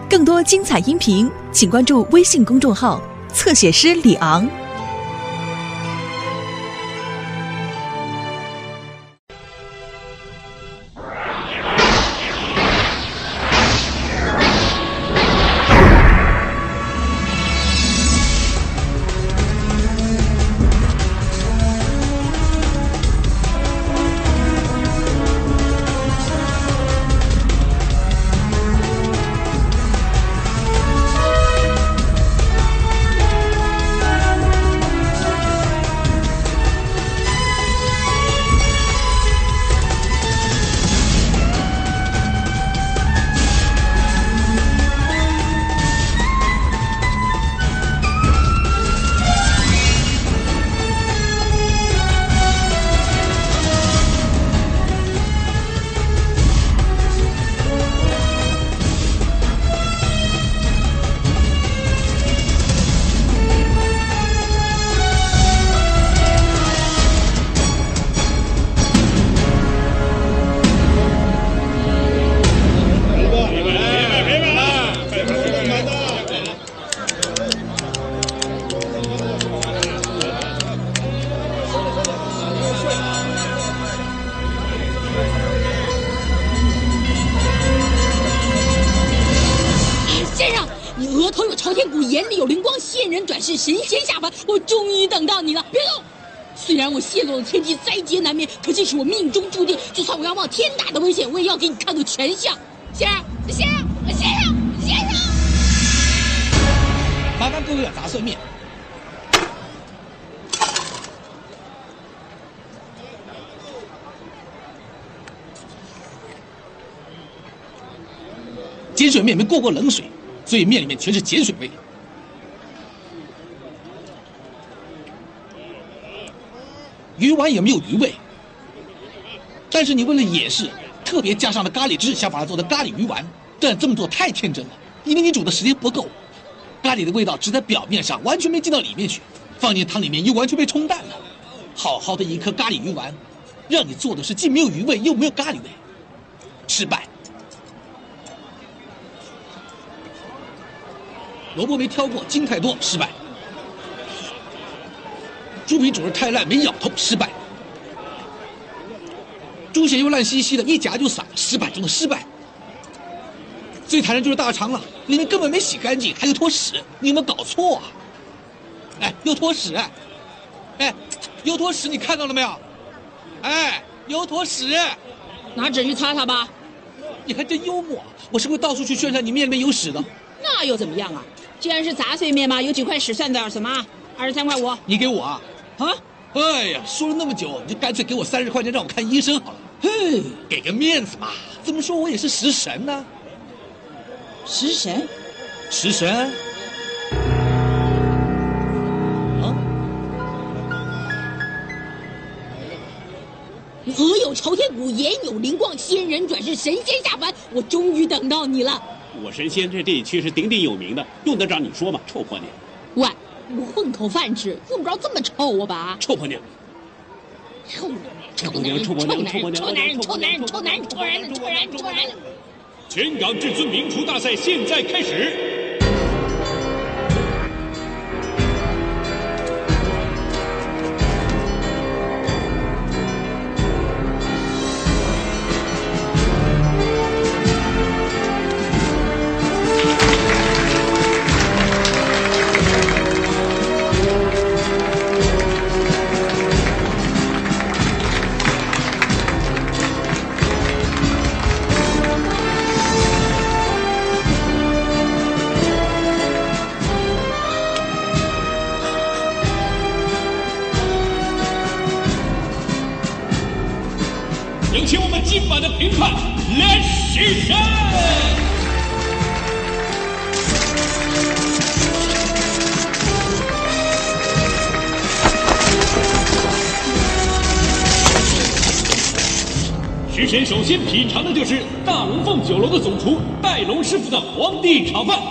更多精彩音频，请关注微信公众号“侧写师李昂”。 额头有朝天鼓，眼里有灵光，仙人转世，神仙下凡，我终于等到你了！别动！虽然我泄露了天机，灾劫难免，可这是我命中注定。就算我要冒天大的危险，我也要给你看个全相。先生，先生，先生，先生！ 麻烦各位砸碎面。碱水面没过冷水，所以面里面全是碱水味。鱼丸也没有鱼味，但是你为了掩饰，特别加上了咖喱汁，想把它做的咖喱鱼丸。但这么做太天真了，因为你煮的时间不够，咖喱的味道只在表面上，完全没进到里面去，放进汤里面又完全被冲淡了。好好的一颗咖喱鱼丸，让你做的是既没有鱼味又没有咖喱味，失败。萝卜没挑过，筋太多，失败。猪皮煮得太烂，没咬透，失败。猪血又烂兮兮的，一夹就散了，失败中的失败。最惨的就是大肠了，里面根本没洗干净，还有坨屎，你有没有搞错啊？哎，有坨屎，哎，有坨屎，你看到了没有？哎，有坨屎， 拿纸去擦擦吧。 你还真幽默，我是会到处去宣传你面里面有屎的。 那又怎么样啊？既然是杂碎面嘛，有几块屎算得了什么？23块5。 你给我啊？ 啊？ 哎呀，说了那么久，你就干脆给我30块钱让我看医生好了。 嘿， 给个面子嘛，怎么说我也是食神呢？ 食神？ 食神？啊？ 额有朝天鼓，眼有灵光，仙人转世，神仙下凡，我终于等到你了。 我神仙这地区是鼎鼎有名的，用得着你说吗？臭婆娘！ 喂，我混口饭吃，用不着这么臭啊吧？ 臭婆娘！ 臭婆娘！臭婆娘！臭婆娘！ 臭男人！臭男人！臭男人！臭男人！臭男人！臭男人！ 全港至尊名厨大赛现在开始。有请我们今晚的评判来许神。许神首先品尝的就是大龙凤酒楼的总厨戴龙师傅的皇帝炒饭。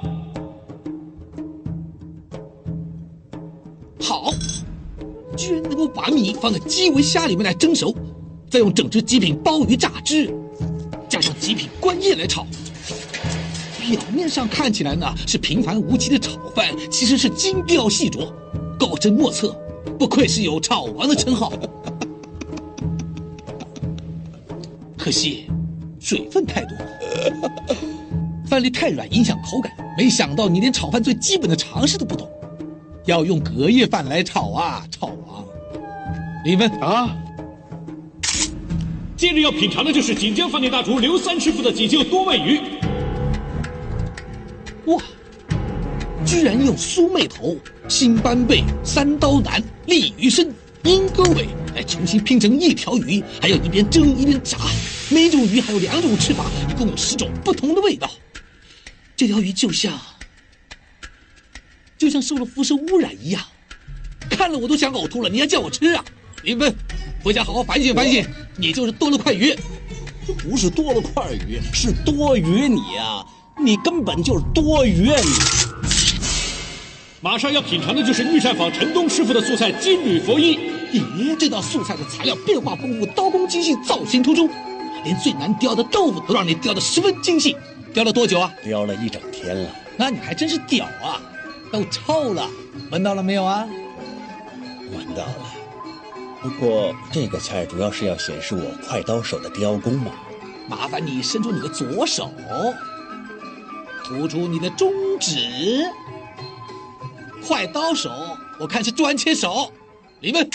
好，居然能够把米放在基围虾里面来蒸熟。再用整只极品鲍鱼榨汁，加上极品官燕来炒， 表面上看起来呢是平凡无奇的炒饭，其实是精雕细琢，高深莫测，不愧是有炒王的称号。可惜水分太多，饭粒太软影响口感。没想到你连炒饭最基本的常识都不懂，要用隔夜饭来炒啊，炒王。林芬啊， 接着要品尝的就是锦江饭店大厨刘三师傅的锦绣多味鱼。 哇，居然用苏妹头、新斑贝、三刀腩、鲤鱼身、鹰鸽尾来重新拼成一条鱼，还要一边蒸一边炸。每种鱼还有2种吃法，一共有10种不同的味道。这条鱼就像受了辐射污染一样，看了我都想呕吐了，你还叫我吃啊？林芬，回家好好反省反省，你就是多了块鱼。 这不是多了块鱼，是多余你啊！你根本就是多余啊你！ 马上要品尝的就是御膳坊陈东师傅的素菜金缕佛衣。 咦，这道素菜的材料变化丰富，刀工精细，造型突出，连最难雕的豆腐都让你雕得十分精细。雕了多久啊？ 雕了1整天了。 那你还真是屌啊！都臭了，闻到了没有啊？ 闻到了。不过这个菜主要是要显示我快刀手的雕工嘛。 麻烦你伸出你的左手，突出你的中指。快刀手，我看是专切手。你们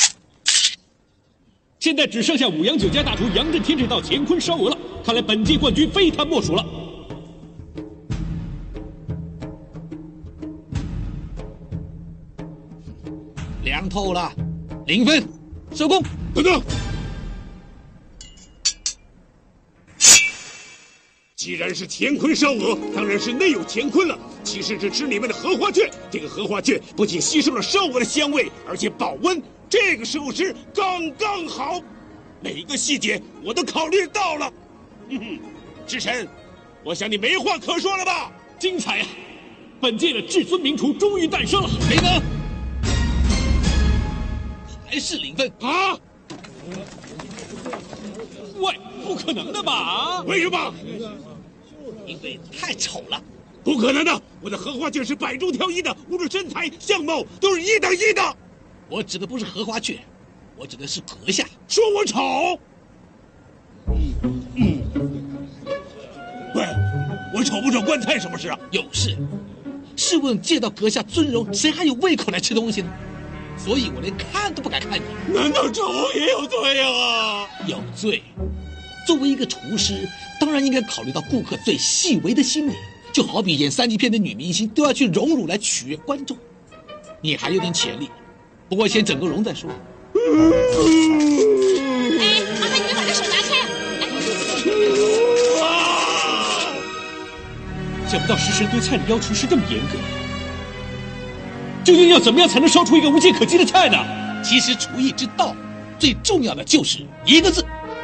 现在只剩下五羊酒家大厨杨震天这道乾坤烧鹅了，看来本届冠军非他莫属了。 凉透了，0分，收工。 等等，既然是乾坤烧鹅，当然是内有乾坤了。其实只吃里面的荷花卷，这个荷花卷不仅吸收了烧鹅的香味，而且保温，这个时候吃刚刚好。每一个细节我都考虑到了。智臣，我想你没话可说了吧？ 精彩呀！本届的至尊名厨终于诞生了。 梅哥，还是0分啊？ 喂，不可能的吧？ 为什么？ 因为太丑了。 不可能的，我的荷花卷是百中挑一的，无论身材相貌都是1等1的。 我指的不是荷花卷，我指的是阁下。 说我丑？喂，我丑不丑关菜什么事啊？ 有事。试问借到阁下尊荣，谁还有胃口来吃东西呢？所以我连看都不敢看你。 难道丑也有罪啊？ 有罪。作为一个厨师，当然应该考虑到顾客最细微的心理，就好比演3级片的女明星都要去融入来取悦观众。你还有点潜力，不过先整个容再说。 哎，麻烦你们把这手拿开。 想不到食神对菜的要求是这么严格。究竟要怎么样才能烧出一个无懈可击的菜呢？ 其实厨艺之道，最重要的就是1个字。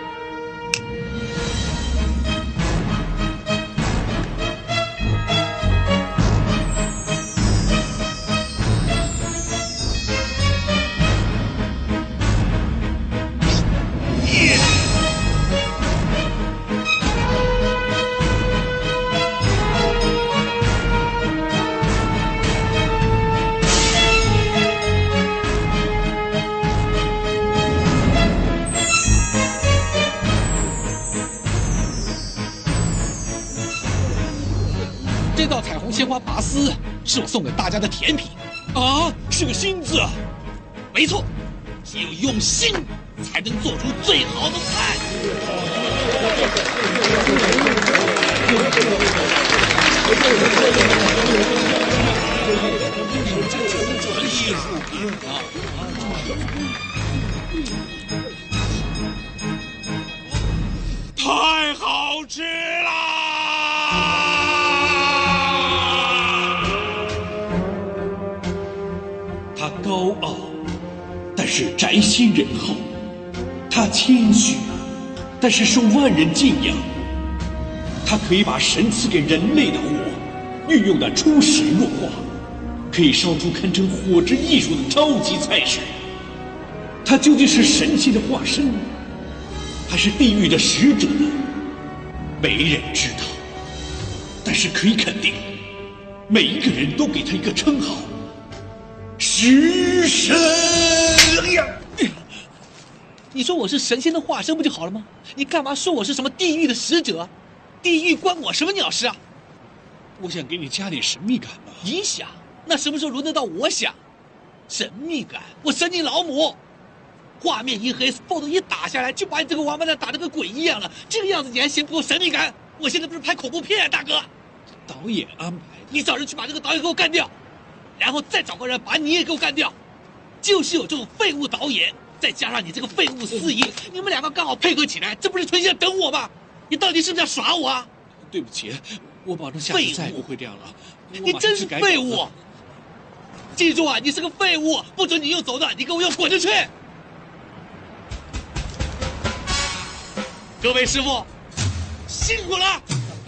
这道彩虹鲜花拔丝是我送给大家的甜品啊，是个心字啊！ 没错，只有用心才能做出最好的菜。艺术品啊！ 太好吃啦！ 他高傲，但是宅心仁厚；他谦虚，但是受万人敬仰。他可以把神赐给人类的火运用得出神入化，可以烧出堪称火之艺术的超级菜式。他究竟是神仙的化身，还是地狱的使者呢？没人知道。但但是可以肯定，每一个人都给他一个称号——食神。哎呀！ 你说我是神仙的化身不就好了吗？你干嘛说我是什么地狱的使者？地狱关我什么鸟事啊？ 我想给你加点神秘感嘛。 你想？那什么时候轮得到我想？神秘感？我神你老母！画面一黑，BOSS一打下来就把你这个王八蛋打得跟鬼一样了，这个样子你还嫌不够神秘感？我现在不是拍恐怖片啊，大哥！ 导演安排的， 你找人去把这个导演给我干掉，然后再找个人把你也给我干掉。就是有这种废物导演，再加上你这个废物司仪，你们两个刚好配合起来，这不是存心等我吗？你到底是不是要耍我啊？ 对不起，我保证下次再不会这样了。 你真是废物！记住啊，你是个废物，不准你用走的，你给我用滚着去！各位师傅，辛苦了！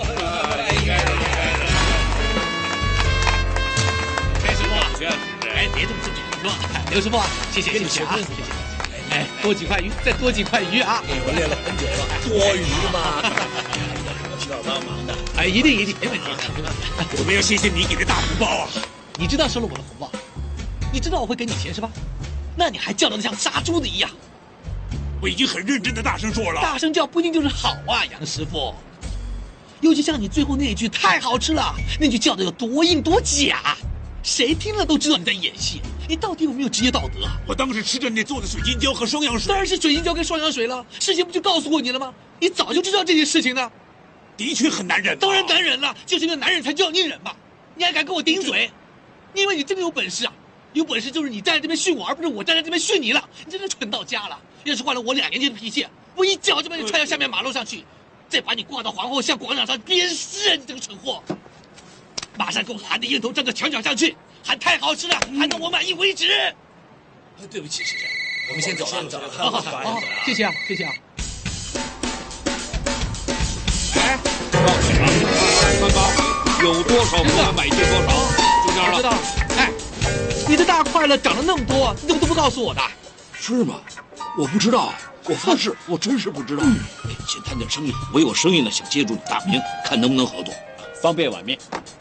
刘师傅，哎，别这么正经说，刘师傅，谢谢谢谢啊，谢谢。哎，多几块鱼，再多几块鱼啊！ 我练了很久了，多余嘛。我需要帮忙的。 哎，一定没问题。 我们要谢谢你给的大红包啊！ 你知道收了我的红包，你知道我会给你钱是吧？那你还叫得像杀猪的一样。 我已经很认真的大声说了， 大声叫不一定就是好啊，杨师傅。尤其像你最后那一句太好吃了，那句叫的有多硬多假，谁听了都知道你在演戏。你到底有没有职业道德？ 我当时吃着你做的水晶胶和双氧水， 当然是水晶胶跟双氧水了。事情不就告诉过你了吗？你早就知道这件事情呢。 的确很难忍。 当然难忍了，就是因为难忍才叫你忍嘛。你还敢跟我顶嘴？你以为你真的有本事啊？有本事就是你站在这边训我，而不是我站在这边训你了。你真的蠢到家了。要是换了我2年级的脾气，我一脚就把你踹到下面马路上去，再把你挂到皇后巷广场上鞭尸！你这个蠢货！马上给我喊的烟头站到墙角上去，喊太好吃了，喊到我满意为止。 对不起，师长，我们先走了。 好，谢谢啊，谢谢啊。 哎，告诉你啊，刚刚有多少个买进多少，就这样了。 我知道了。哎，你的大快乐涨了那么多，你怎么都不告诉我的？ 是吗？我不知道，我发誓，我真是不知道。先谈点生意，我有生意呢，想接住你大名，看能不能合作。 方便碗面。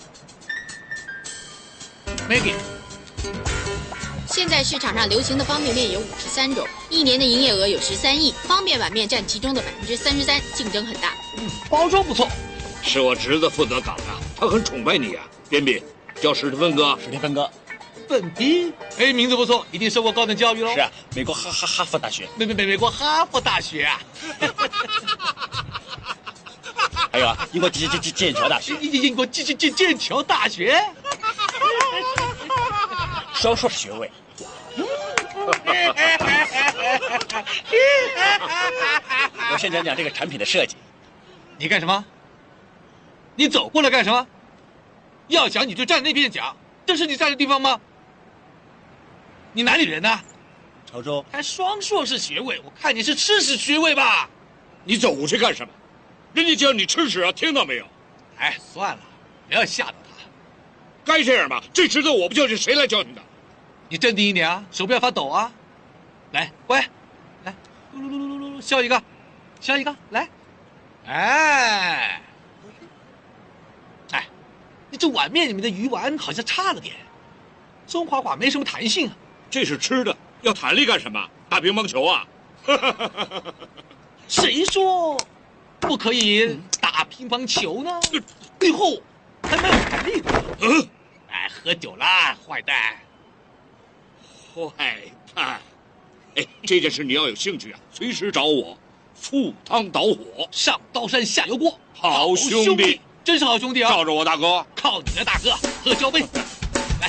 Maggie， 现在市场上流行的方便面有53种，1年的营业额有13亿，方便碗面占其中的33%，竞争很大。 包装不错。 是我侄子负责搞的，他很崇拜你啊，边边，叫史蒂芬哥。 史蒂芬哥。 本皮，哎，名字不错，一定受过高等教育喽。 是啊，美国哈佛大学。 美国哈佛大学啊。 还有啊，英国剑桥大学。 英国剑桥大学。 双硕士学位。我先讲讲这个产品的设计。 你干什么？你走过来干什么？要讲你就站那边讲，这是你站的地方吗？你哪里人呢？ 潮州。 还双硕士学位，我看你是吃屎学位吧？ 你走过去干什么？人家叫你吃屎啊，听到没有？ 哎，算了，不要吓到他。 该这样吧？这池子我不教训，谁来教训他？ 你镇定一点啊，手不要发抖啊！来，乖，来，噜，笑一个，笑一个，来，哎，你这碗面里面的鱼丸好像差了点，松垮垮，没什么弹性啊。 这是吃的，要弹力干什么？打乒乓球啊？ 谁说不可以打乒乓球呢？以后还蛮有弹力的。哎，喝酒啦，坏蛋！ 坏蛋！哎，这件事你要有兴趣啊，随时找我，赴汤蹈火， 上刀山下油锅， 好兄弟， 真是好兄弟啊！ 罩着我大哥， 靠你的大哥，喝交杯，来。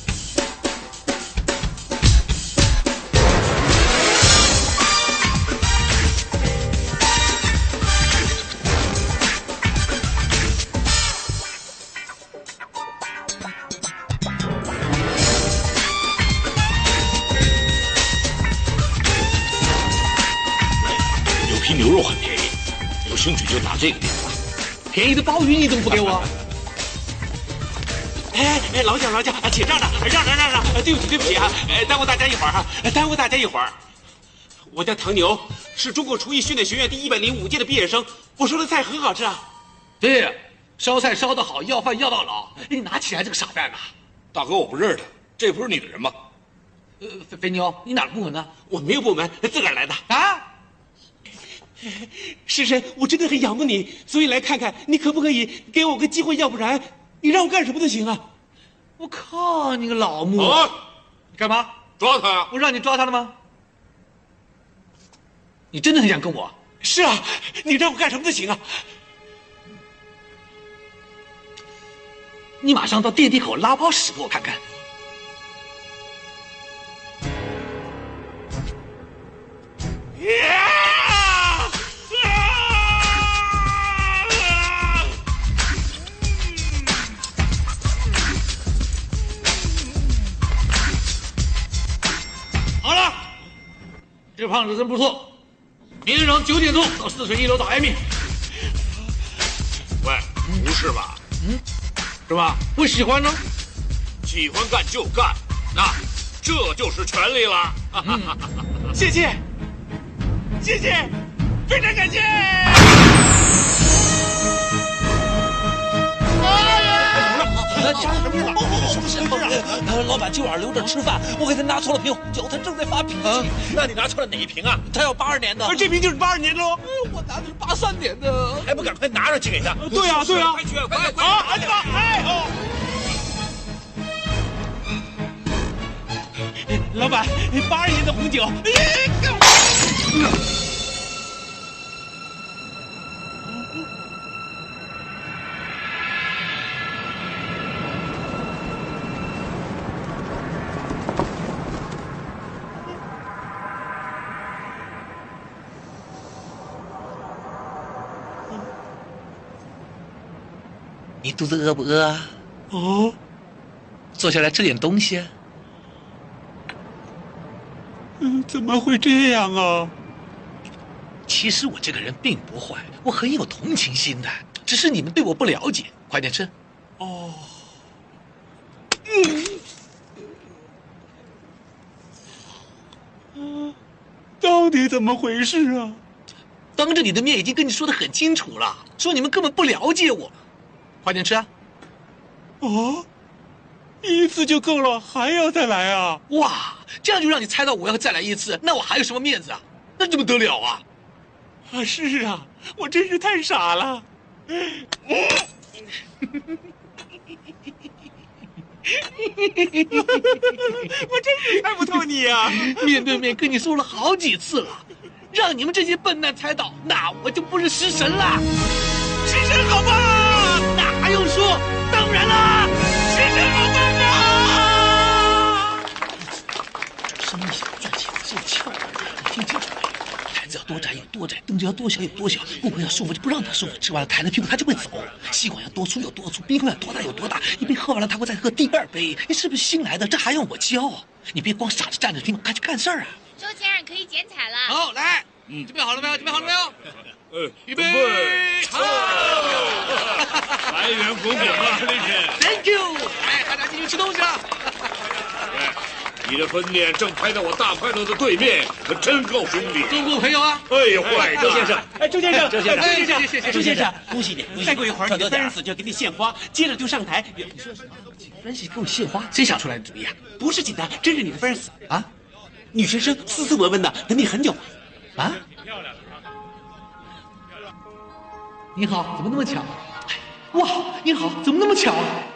有批牛肉很便宜，有兴趣就打这个电话。 便宜的鲍鱼你怎么不给我？ 哎，老蒋，请让，对不起啊，耽误大家一会儿。我叫唐牛，是中国厨艺训练学院第105届的毕业生，我说的菜很好吃啊。 对呀， 烧菜烧得好，要饭要到老。你拿起来这个傻蛋呐！ 大哥，我不认识他，这不是你的人吗？ 肥妞，你哪个部门呢？ 我没有部门，自个儿来的。 啊！ 师神，我真的很仰慕你，所以来看看你可不可以给我个机会，要不然你让我干什么都行啊！ 我靠，你个老木！ 啊！ 你干嘛？ 抓他呀！ 我让你抓他了吗？你真的很想跟我？ 是啊，你让我干什么都行啊！ 你马上到电梯口拉包屎给我看看。好了，这胖子真不错。明天早上9点钟到泗水1楼找艾米。 喂，不是吧？ 是吧？我喜欢呢。 喜欢干就干，那这就是权利了。 谢谢，谢谢，非常感谢。 家什么事？老板今晚留着吃饭，我给他拿错了瓶酒，他正在发脾气。那你拿错了哪一瓶啊？他要82年的， 这瓶就是82年的喽。 我拿的是83年的， 还不赶快拿上去给他？ 对呀，对呀， 快去，快！ 好，拿去吧。哎哦，老板，82年的红酒。 你肚子饿不饿啊？ 哦， 坐下来吃点东西。 怎么会这样啊？ 其实我这个人并不坏，我很有同情心的，只是你们对我不了解。快点吃。 哦。到底怎么回事啊？ 当着你的面已经跟你说得很清楚了，说你们根本不了解我。快点吃啊！ 哦，一次就够了，还要再来啊？ 哇，这样就让你猜到我要再来一次，那我还有什么面子啊？那怎么得了啊？ 啊，是啊，我真是太傻了。我真是猜不透你呀！ 面对面跟你说了好几次了，让你们这些笨蛋猜到，那我就不是食神了。食神好棒！那还用说？当然啦，食神好棒啊！生意小赚钱是有窍门的，你听清楚没？台子要多窄有多窄，凳子要多小有多小，顾客要舒服就不让他舒服，吃完了抬着屁股他就会走。吸管要多粗有多粗，冰块要多大有多大，一杯喝完了他会再喝第2杯。你是不是新来的？这还用我教？你别光傻着站着听，快去干事儿啊！ 周先生可以剪彩了。 好，来，准备好了没有？准备好了没有？预备，唱！ 财源滚滚啊，这是 Thank you， 来，大家继续吃东西了。 你的分店正开在我大快乐的对面，可真够兄弟。 中国朋友啊！ 哎呀，坏周先生， 周先生， 周先生， 谢谢周先生， 恭喜你！ 再过一会儿你的3人死就给你献花，接着就上台。你说什么？ 分析给我献花，谁想出来的主意啊？ 不是简单，真是你的3人死啊！ 女学生斯斯文文的，等你很久啊！你好，怎么那么巧？哇，你好，怎么那么巧？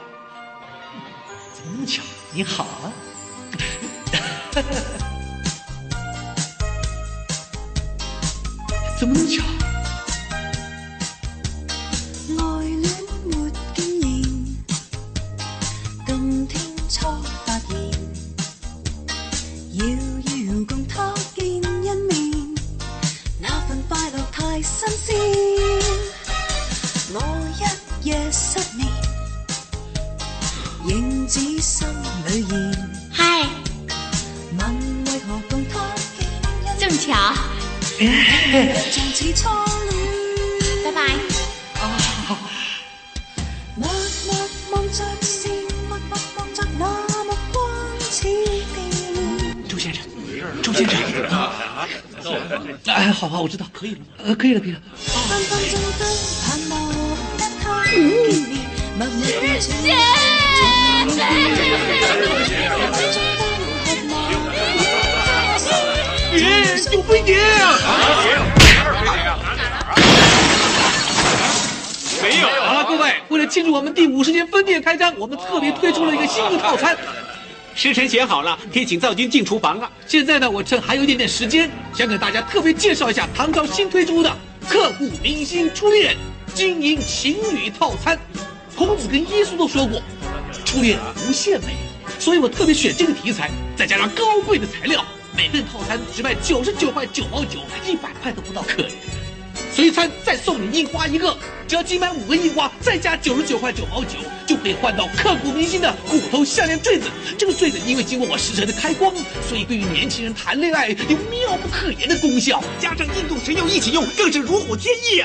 怎么那么巧？你好啊！怎么那么巧？ 愛戀沒經驗，今天初發現，遙遙共他見一面，那份快樂太新鮮。我一夜失眠，影子心裏現。 嗨， 問為何共他見一面， 這麼巧。 像似初戀。 拜拜。 默默望着是，默默望着那目光似電。 周先生，周先生，哎，好，我知道，可以了，可以了。 分分鐘都盼望一他見。 有飞碟！ 没有啊，各位，为了庆祝我们第50年分店开张，我们特别推出了一个新的套餐。 时辰选好了，可以请灶君进厨房了。 现在呢，我趁还有一点点时间，想给大家特别介绍一下唐朝新推出的刻骨铭心初恋金银情侣套餐。孔子跟耶稣都说过，初恋无限美，所以我特别选这个题材，再加上高贵的材料，每份套餐只卖99块9毛9，100块都不到，可怜。随餐再送你印花一个，只要集满5个印花，再加99块9毛9，就可以换到刻骨铭心的骨头项链坠子。这个坠子因为经过我时辰的开光，所以对于年轻人谈恋爱有妙不可言的功效。 加上印度神油一起用，更是如虎添翼啊！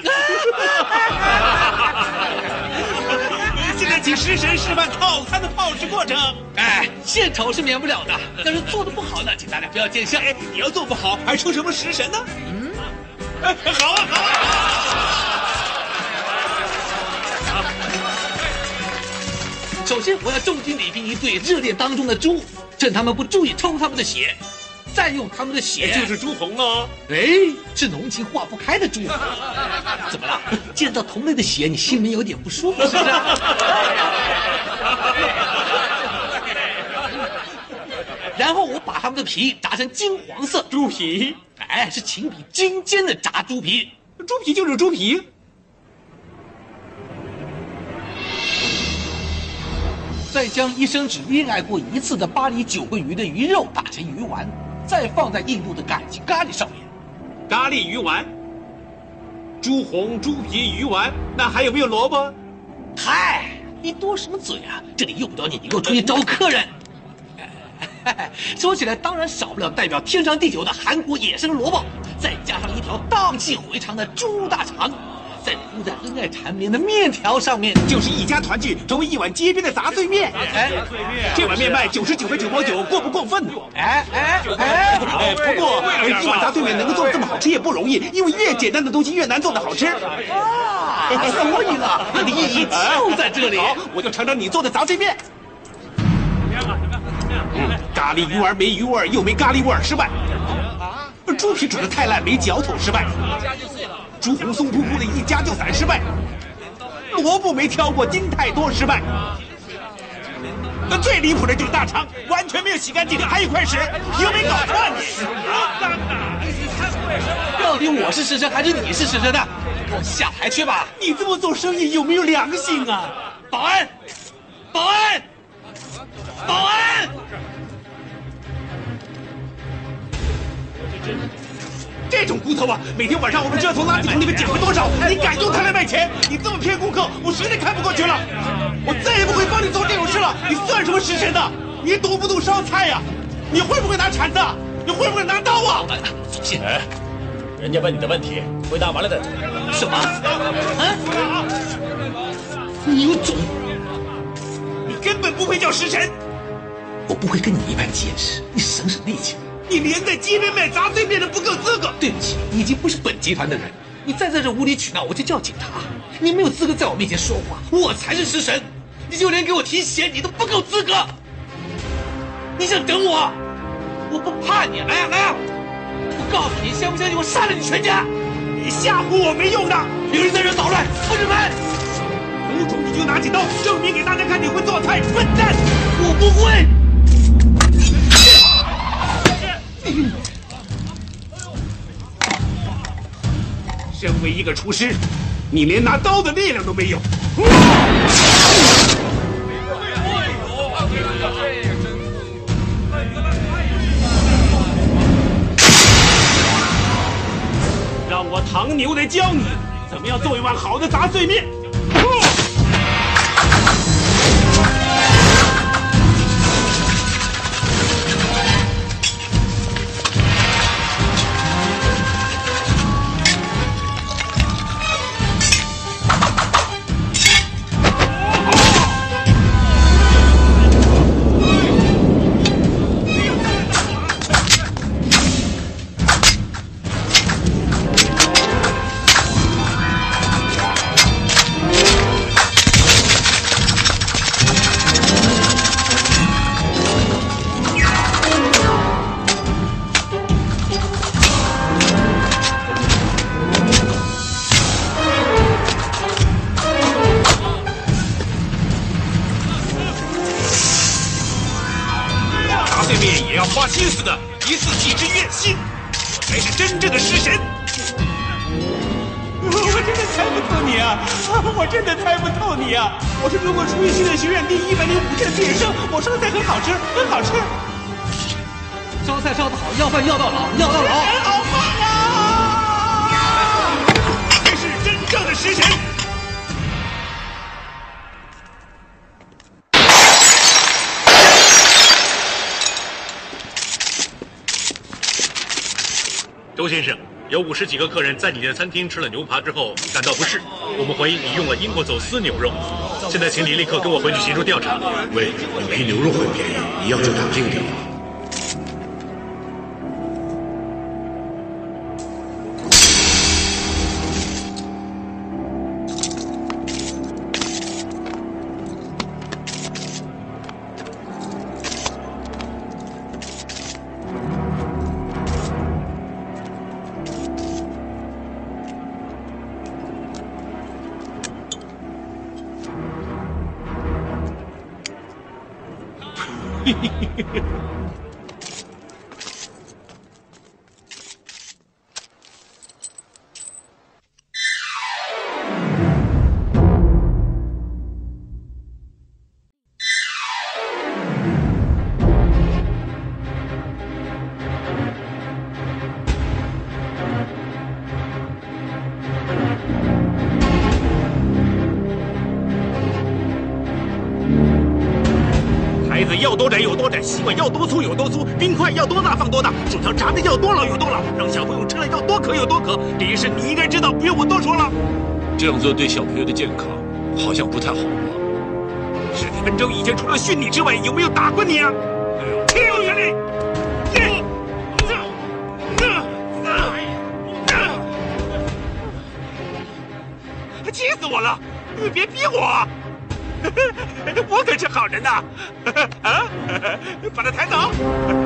现在请食神示范套餐的泡制过程。 哎，献丑是免不了的，但是做的不好呢，请大家不要见笑。 你要做不好，还出什么食神呢？好啊，好啊！ 首先，我要重金礼聘一对热恋当中的猪，趁他们不注意抽他们的血，再用他们的血， 就是朱红喽。 哎，是浓情化不开的朱红。怎么了？见到同类的血，你心里面有点不舒服，是不是？然后我把他们的皮炸成金黄色， 猪皮。 哎，是情比金坚的炸猪皮。 猪皮就是猪皮。 再将1升只恋爱过1次的巴黎9个鱼的鱼肉打成鱼丸，再放在印度的感激咖喱上面。 咖喱鱼丸，猪红、猪皮、鱼丸，那还有没有萝卜？ 嗨，你多什么嘴啊？这里用不着你，你给我出去招客人。说起来，当然少不了代表天长地久的韩国野生萝卜，再加上一条荡气回肠的猪大肠，再铺在恩爱缠绵的面条上面， 就是一家团聚，成为一碗街边的杂碎面。哎，这碗面卖99块9毛9，过不过分呢？不过一碗杂碎面能够做得这么好吃也不容易，因为越简单的东西越难做得好吃。 啊，所以呢，利益就在这里。 好，我就尝尝你做的杂碎面。咖喱鱼丸没鱼味又没咖喱味失败。猪皮煮得太烂没嚼头失败。猪红松扑扑的一夹就散失败。萝卜没挑过筋太多失败。那最离谱的就是大肠，完全没有洗干净，还有一块屎，有没有搞错你？ 到底我是食神还是你是食神呢？给我下台去吧！ 你这么做生意有没有良心啊？ 保安，保安，保安！ 这种骨头啊，每天晚上我们就要从垃圾桶里面捡回多少？你敢用它来卖钱？你这么骗顾客，我实在看不过去了。我再也不会帮你做这种事了。你算什么食神呢？你懂不懂烧菜呀？你会不会拿铲子？你会不会拿刀啊？ 放心， 哎，人家问你的问题，回答完了再走。 什么？你有种！ 你根本不配叫食神。 我不会跟你一般见识，你省省力气。 你连在街边卖杂碎面都不够资格。 对不起，你已经不是本集团的人，你再在这无理取闹，我就叫警察。你没有资格在我面前说话，我才是食神。你就连给我提鞋你都不够资格。你想整我？我不怕你，来啊！我告诉你，相不相信我杀了你全家？ 你吓唬我没用的。 有人在这捣乱，封着门。 无种你就拿起刀，证明给大家看你会做菜，笨蛋！ 我不会。 身为一个厨师，你连拿刀的力量都没有。让我唐牛来教你怎么样做一碗好的杂碎面。 花心思的一次己之愿心，我才是真正的食神。 我真的猜不透你啊！我真的猜不透你啊！我是中国厨艺训练学院第105届的毕业生，我烧菜很好吃，很好吃。 烧菜烧得好，要饭要到老，要到老。 好棒啊！ 才是真正的食神。 周先生，有50几个客人在你的餐厅吃了牛扒之后感到不适，我们怀疑你用了英国走私牛肉。现在请你立刻跟我回去协助调查。 喂，有批牛肉很便宜，你要就打这个电话。 要多窄有多窄，西瓜要多粗有多粗，冰块要多大放多大，薯条炸的要多老有多老，让小朋友吃了要多渴有多渴。这件事你应该知道，不用我多说了。 这样做对小朋友的健康好像不太好吧？ 史蒂芬周以前除了训你之外，有没有打过你啊？听我原理。气死我了！你别逼我！我可是好人呐！啊，把他抬走！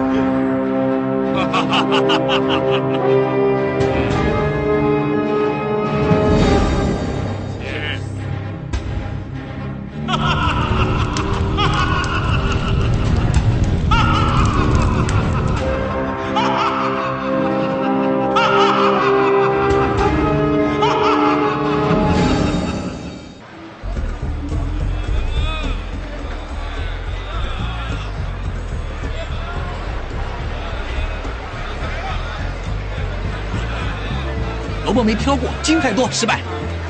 萝卜没挑过，筋太多，失败。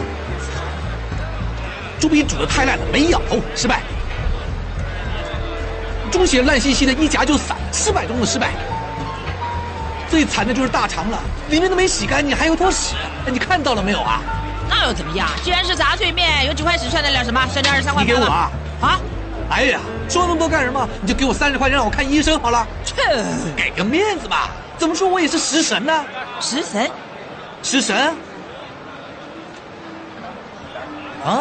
猪皮煮的太烂了，没咬头，失败。猪血烂兮兮的，一夹就散，失败中的失败。最惨的就是大肠了，里面都没洗干净，还有坨屎，你看到了没有啊？ 那又怎么样？既然是杂碎面，有几块屎算得了什么？算你23块。 你给我啊！ 啊！ 哎呀，说那么多干什么？你就给我30块，让我看医生好了。 切， 给个面子嘛！怎么说我也是食神呢？ 食神？ 食神？啊？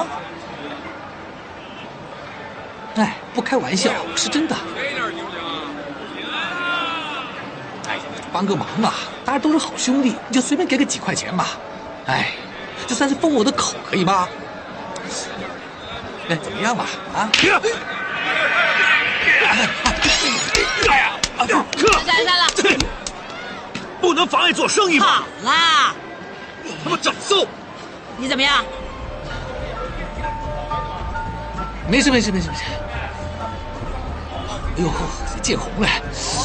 哎，不开玩笑，是真的。哎，帮个忙嘛，大家都是好兄弟，你就随便给个几块钱吧。哎，就算是封我的口，可以吗？哎，怎么样吧？啊？ 哎呀！ 删了， 不能妨碍做生意嘛！ 好啦， 他们找搜， 你怎么样？ 没事。哎呦，见红了！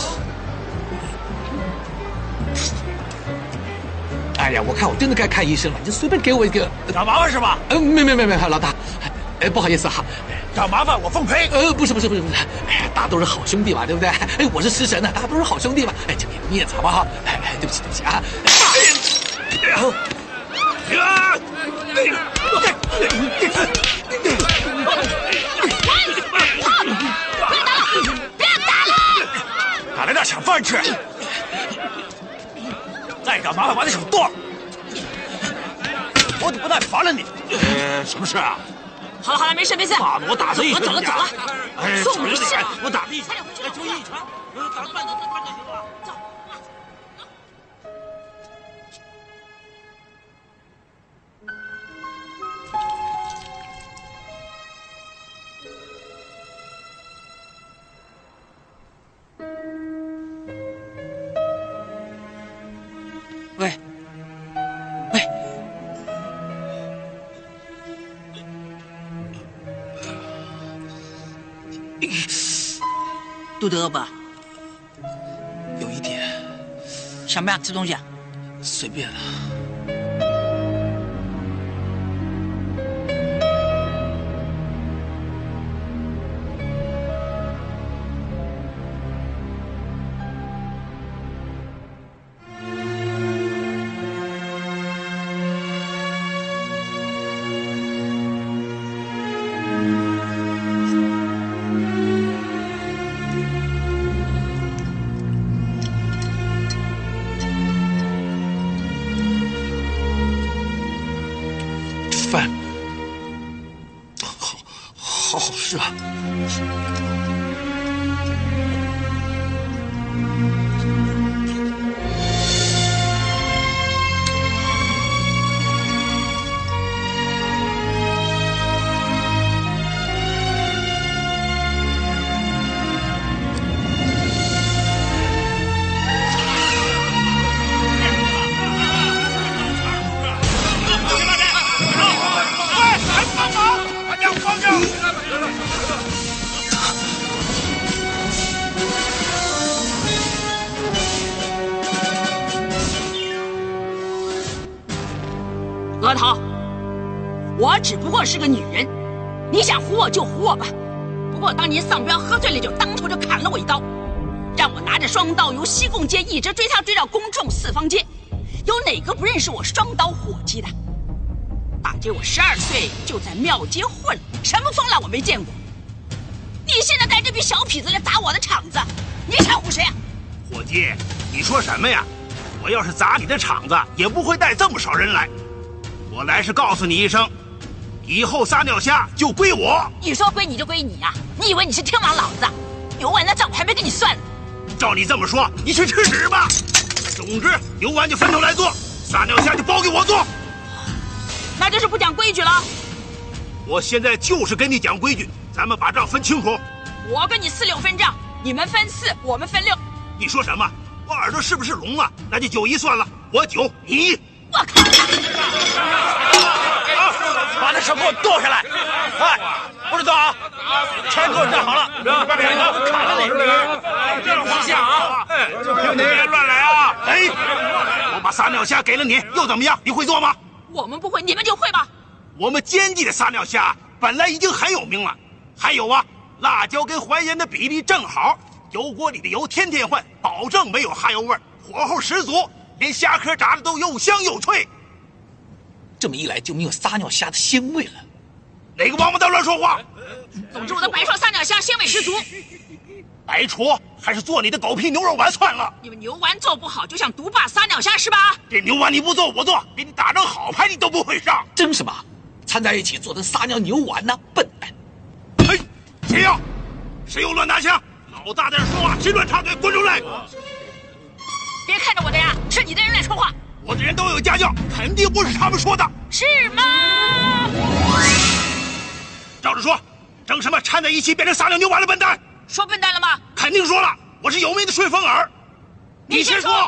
哎呀，我看我真的该看医生了，你就随便给我一个。 找麻烦是吧？ 没，老大，哎，不好意思哈。 找麻烦我奉陪。 不是，哎呀，大家都是好兄弟嘛，对不对？哎，我是食神呢，大家都是好兄弟嘛，哎，就给个面子好不好？哎，对不起啊。 打来这抢饭吃，再找麻烦把你手剁了！我怎么不带罚了你？什么事啊？ 好了，没事。 骂我打他一拳， 走了。 哎， 送你下， 我打他一拳， 注意一拳，打半就行了。走。 肚子饿不？ 有一点。 想不想吃东西啊？ 随便啊。饭，好好吃啊！ 额头，我只不过是个女人，你想唬我就唬我吧。不过当年丧彪喝醉了酒，当头就砍了我一刀，让我拿着双刀由西贡街一直追他追到公众四方街，有哪个不认识我双刀伙计的？大姐，我12岁就在庙街混了，什么风浪我没见过。你现在带这批小痞子来砸我的场子，你想唬谁啊？ 伙计，你说什么呀？我要是砸你的场子，也不会带这么少人来。我来是告诉你一声，以后撒尿虾就归我。 你说归你就归你啊？你以为你是天王老子？牛丸的账我还没跟你算呢。 照你这么说，你去吃屎吧！总之，牛丸就分头来做，撒尿虾就包给我做。 那就是不讲规矩了。 我现在就是跟你讲规矩，咱们把账分清楚。 我跟你4、6分账，你们分4，我们分6。 你说什么？我耳朵是不是聋了？那就9-1算了，我9，你1。 我靠！ 把那手给我剁下来！哎，不是剁啊，钱给我站好了，砍了你！这种方向啊！哎，别乱来啊！ 哎，我把撒尿虾给了你，又怎么样？你会做吗？ 我们不会，你们就会吧？ 我们监记的撒尿虾本来已经很有名了，还有啊，辣椒跟淮盐的比例正好，油锅里的油天天换，保证没有哈油味，火候十足，连虾壳炸的都又香又脆。 这么一来就没有撒尿虾的鲜味了。 哪个王八蛋乱说话？ 总之我的白灼撒尿虾鲜味十足。 白灼还是做你的狗屁牛肉丸算了。 你们牛丸做不好，就想独霸撒尿虾是吧？ 这牛丸你不做我做，给你打张好牌你都不会上。 争什么？掺在一起做成撒尿牛丸呢？笨蛋！ 嘿，谁要？谁又乱拿枪？老大在这说话，谁乱插嘴，滚出来！ 别看着我的呀，是你的人来说话。 我的人都有家教，肯定不是他们说的。 是吗？ 照着说，争什么掺在一起变成撒尿牛丸的笨蛋？ 说笨蛋了吗？ 肯定说了，我是有名的顺风耳。你先说。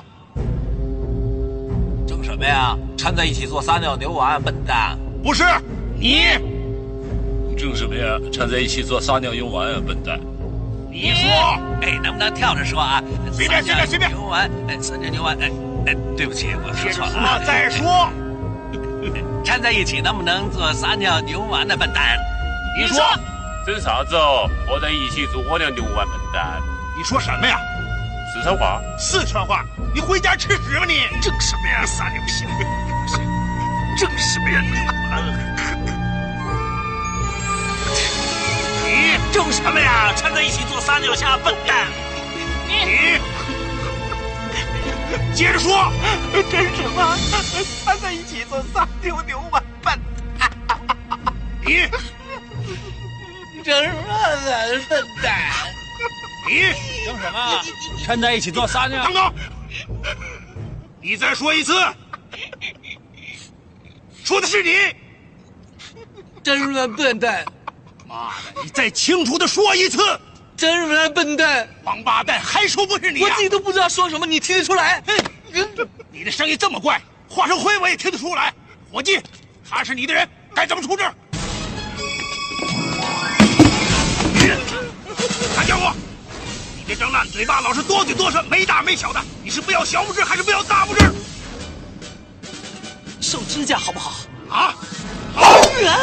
争什么呀？掺在一起做撒尿牛丸，笨蛋！ 不是你。 争什么呀？掺在一起做撒尿牛丸，笨蛋！ 你说。 哎，能不能跳着说啊？ 随便。 牛丸，撒尿牛丸，对不起，我说错了啊。再说。 掺在一起能不能做撒尿牛丸的笨蛋？ 你说。 真啥子哦？和在一起做我的牛丸，笨蛋！ 你说什么呀？ 四川话。 四川话？你回家吃屎吧你！ 争什么呀？撒尿屁！争什么呀？ 你争什么呀？掺在一起做撒尿虾，笨蛋！ 你接着说。 争什么？掺在一起做撒尿牛丸，笨蛋！ 你争什么笨蛋？ 你争什么？掺在一起做撒尿？ 等等，你再说一次。说的是你。 争什么笨蛋？ 妈的，你再清楚的说一次。 争什么笨蛋？ 王八蛋，还说不是你我自己都不知道说什么，你听得出来？ 你的声音这么怪，化成灰我也听得出来。伙计，他是你的人，该怎么处置？ 嘴巴老是多嘴多舌，没大没小的，你是不要小拇指还是不要大拇指？ 手指甲好不好？ 啊！好！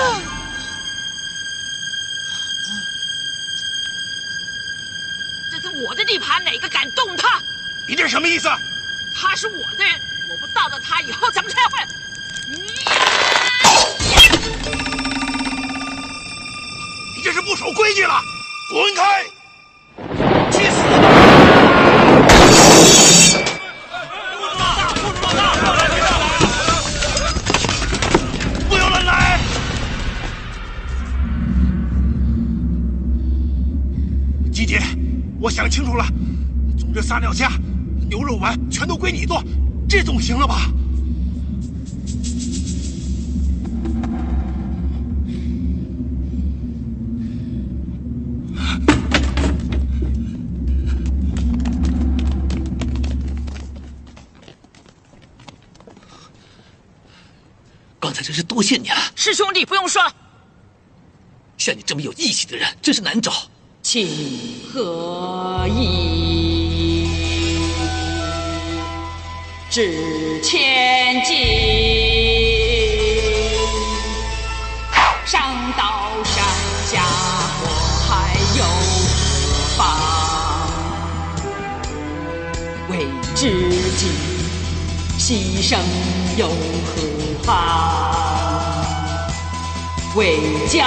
这是我的地盘，哪个敢动他？ 你这是什么意思？ 他是我的人，我不到了他以后怎么才会？ 你这是不守规矩了，滚开！去死吧！不要乱来！姬姐，我想清楚了，从这撒尿虾、牛肉丸全都归你做，这总行了吧？ 刚才真是多谢你了， 师兄弟不用说了。 像你这么有义气的人，真是难找。 情和义，值千金。上刀山下火海有何妨？为知己牺牲有何妨？为骄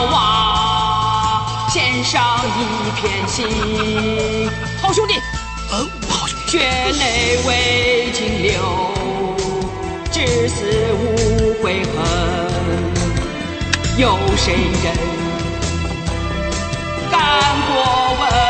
娃献上一片心。好兄弟， 好兄弟， 血泪为情流，至死无悔恨。有谁人敢过问？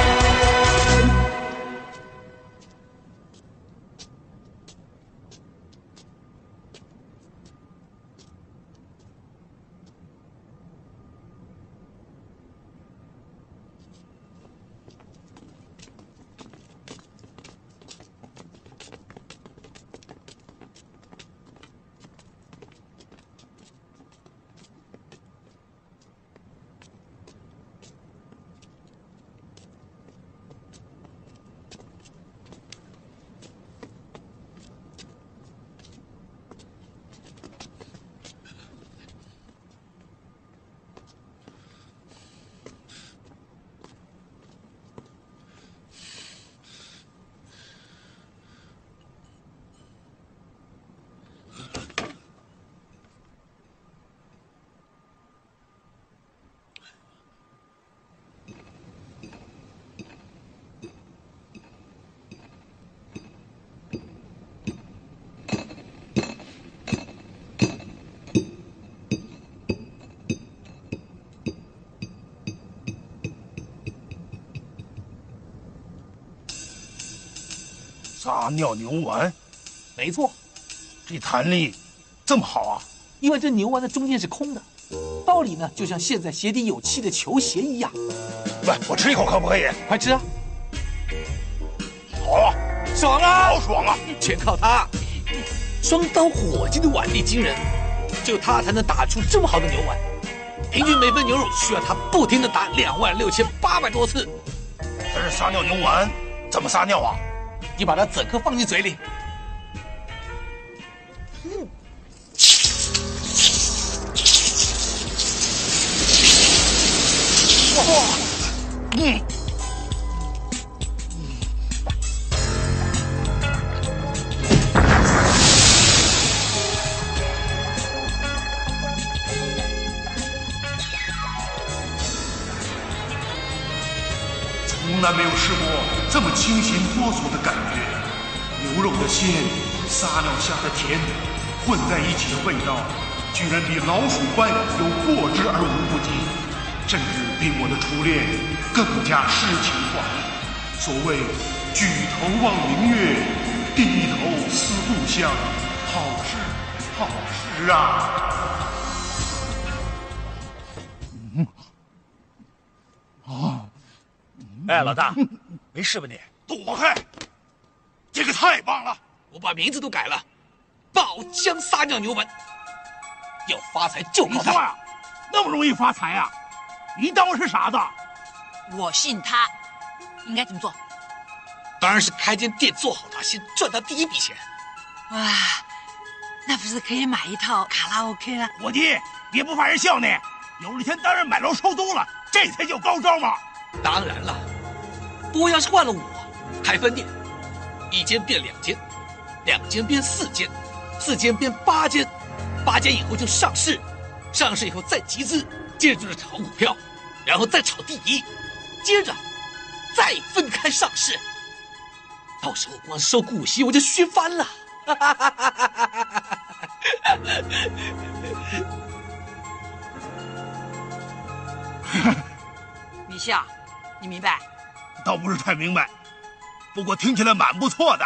撒尿牛丸， 没错， 这弹力这么好啊？ 因为这牛丸的中间是空的，道理呢就像现在鞋底有气的球鞋一样。 喂，我吃一口可不可以？ 快吃啊！ 好啊， 爽啊！ 好爽啊！ 全靠他，双刀火鸡的腕力惊人，只有他才能打出这么好的牛丸。平均每份牛肉需要他不停地打26800多次。 但是撒尿牛丸怎么撒尿啊？ 你把它整颗放进嘴里， 从来没有试过这么清新脱俗的感觉。牛肉的鲜，撒尿虾的甜，混在一起的味道，居然比老鼠般有过之而无不及，甚至比我的初恋更加诗情画意。所谓举头望明月，低头思故乡，好事好事啊！ 哎，老大，没事吧你？ 躲开！这个太棒了！ 我把名字都改了，宝江撒尿牛丸。要发财就靠它。 你说呀，那么容易发财啊？你当我是傻子？ 我信他，应该怎么做？ 当然是开间店做好它，先赚到第一笔钱。 哇，那不是可以买一套卡拉 OK 了？ 伙计，别不怕人笑呢。有了钱当然买楼收租了，这才叫高招嘛。 当然了，不过要是换了我，开分店，1间变2间，2间变4间，4间变8间，8间以后就上市，上市以后再集资，接着就是炒股票，然后再炒第一，接着再分开上市。到时候光收股息我就削翻了。 米夏，你明白？ 倒不是太明白，不过听起来蛮不错的。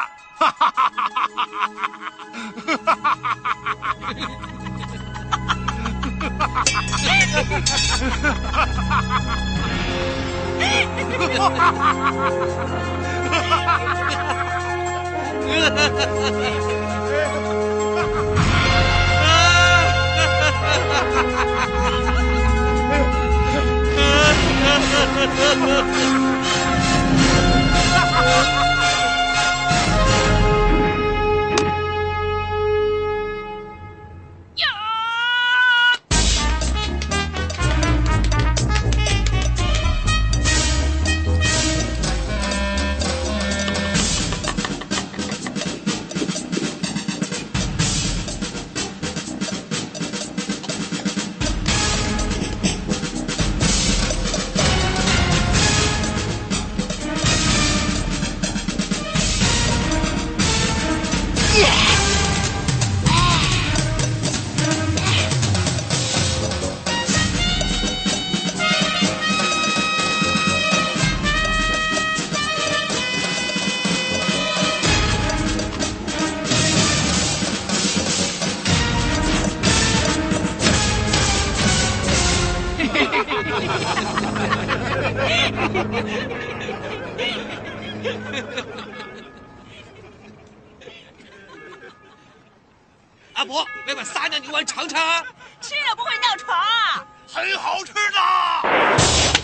阿伯，来碗撒尿牛丸尝尝。 吃了不会尿床啊！ 很好吃的。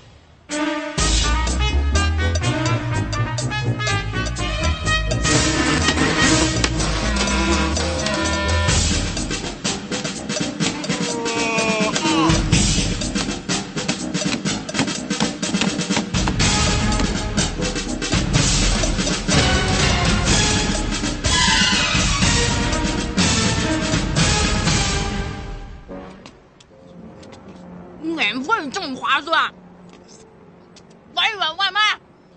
免费这么划算，来一碗外卖。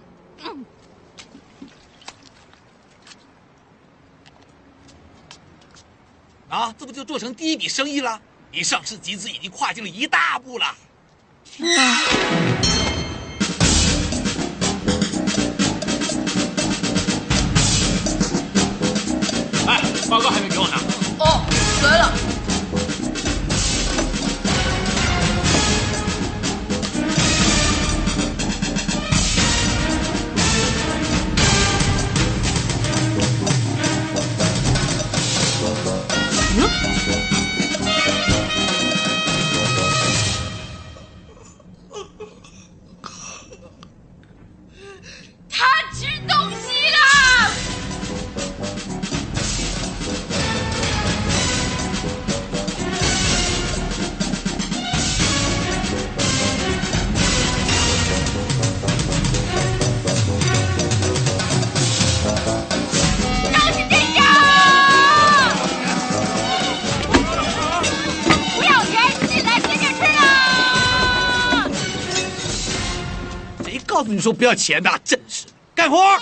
啊，这不就做成第一笔生意了？离上市集资已经跨进了一大步了。 哎，报告还没给我呢。 哦，来了。 告诉你说不要钱的，真是干活！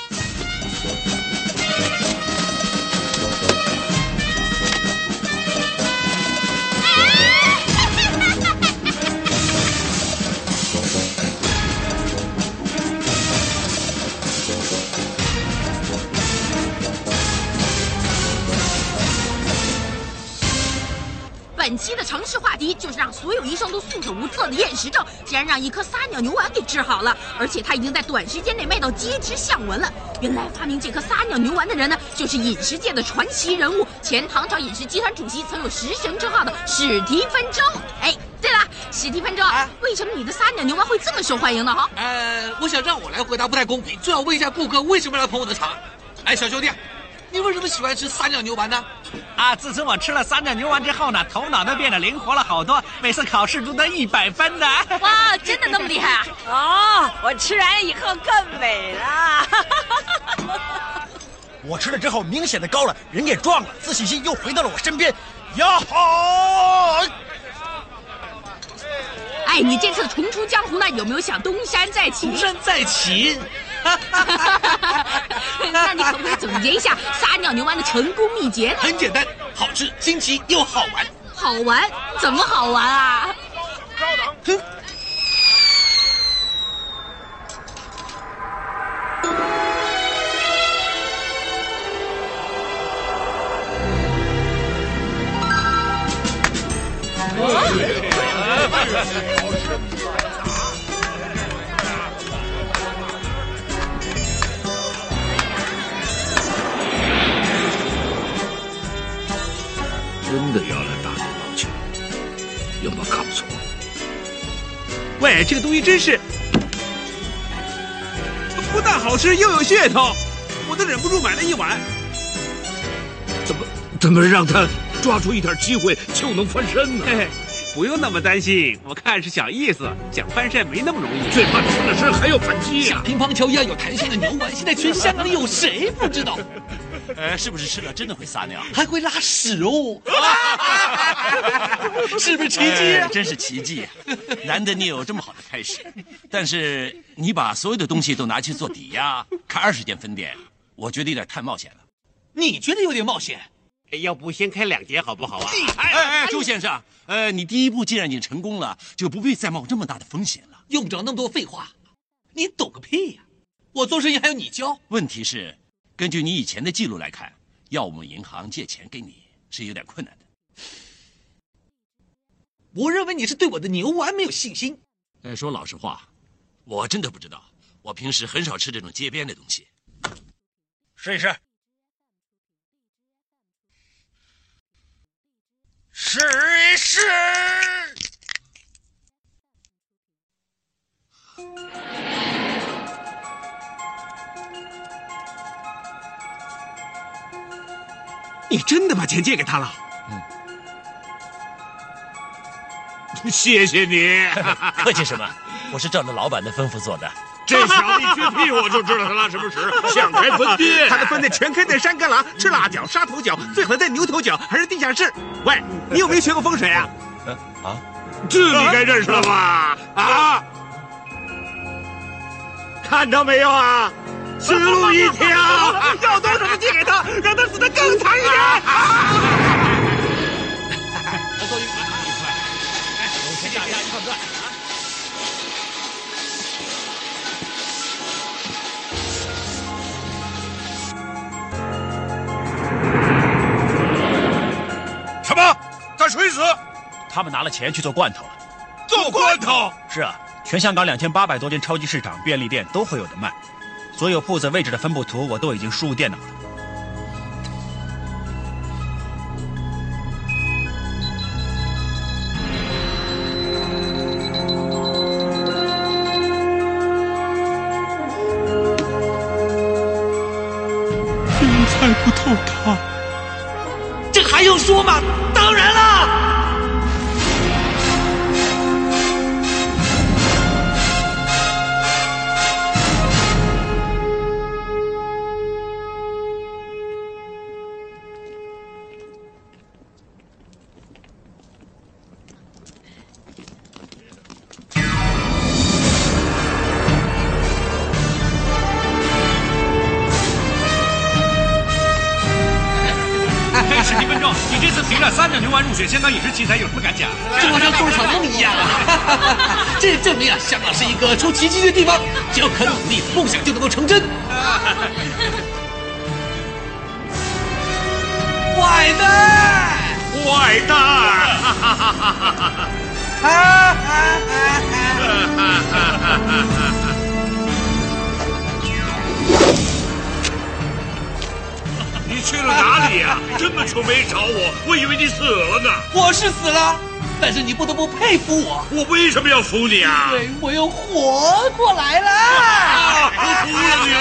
本期的常识话题就是让所有医生都束手无策的厌食症，竟然让一颗撒尿牛丸给治好了，而且它已经在短时间内卖到街知巷闻了。原来发明这颗撒尿牛丸的人呢，就是饮食界的传奇人物，前唐朝饮食集团主席，曾有食神之号的史蒂芬周。哎，对了， 史蒂芬周，为什么你的撒尿牛丸会这么受欢迎呢？哈？ 我想让我来回答不太公平，最好问一下顾客为什么来捧我的场。哎，小兄弟，你为什么喜欢吃撒尿牛丸呢？ 自从我吃了撒尿牛丸之后呢，头脑都变得灵活了好多，每次考试都得100分呢。 哇，真的那么厉害啊？ 我吃完以后更美了。 我吃了之后明显的高了，人也壮了，自信心又回到了我身边。呀吼！ 哎，你这次重出江湖呢，有没有想东山再起？ 东山再起。 那你可不可以总结一下撒尿牛丸的成功秘诀呢？ 很简单，好吃、新奇又好玩。 好玩？怎么好玩啊？ 哼。 真的要来打羽毛球，有没有搞错？ 喂，这个东西真是不但好吃又有噱头，我都忍不住买了一碗。 怎么让他抓住一点机会就能翻身呢？ 不用那么担心，我看是小意思，想翻身没那么容易。 最怕翻了身还要反击呀！ 像乒乓球一样有弹性的牛丸，现在全香港有谁不知道？ 是不是吃了真的会撒尿？ 还会拉屎哦！是不是奇迹？ 真是奇迹啊！难得你有这么好的开始，但是你把所有的东西都拿去做抵押，开20间分店，我觉得有点太冒险了。 你觉得有点冒险？ 要不先开2间好不好啊？ 朱先生，你第一步既然已经成功了，就不必再冒这么大的风险了。 用不着那么多废话，你懂个屁呀！我做生意还要你教？ 问题是，根据你以前的记录来看，要我们银行借钱给你是有点困难的。 我认为你是对我的牛丸没有信心。 说老实话，我真的不知道，我平时很少吃这种街边的东西。试一试。试一试。 你真的把钱借给他了？ 谢谢你。 客气什么？我是照着老板的吩咐做的。 这小子一撅屁我就知道他拉什么屎，想开分店。 他的分店全开在山旮旯，吃辣椒、沙头角，最好在牛头角，还是地下室。喂，你有没有学过风水啊？ 这你该认识了吧？啊！看到没有啊？死路一条， 要多少就借给他，让他死得更惨一点。 有钱大家一块赚。 什么？在垂死？ 他们拿了钱去做罐头了。 做罐头？ 是啊，全香港2800多间超级市场、便利店都会有的卖。所有铺子位置的分布图我都已经输入电脑了。 你猜不透他， 这还用说吗？当然了。 史蒂芬周，你这次凭着3鸟牛丸入选香港饮食奇才，有什么感想？ 就好像做了场梦一样啊！这证明啊，香港是一个出奇迹的地方，只要肯努力，梦想就能够成真。坏蛋！ 坏蛋！ 你去了哪里呀？这么久没找我，我以为你死了呢。 我是死了， 但是你不得不佩服我。 我为什么要服你啊？ 因为我又活过来了。 我服了你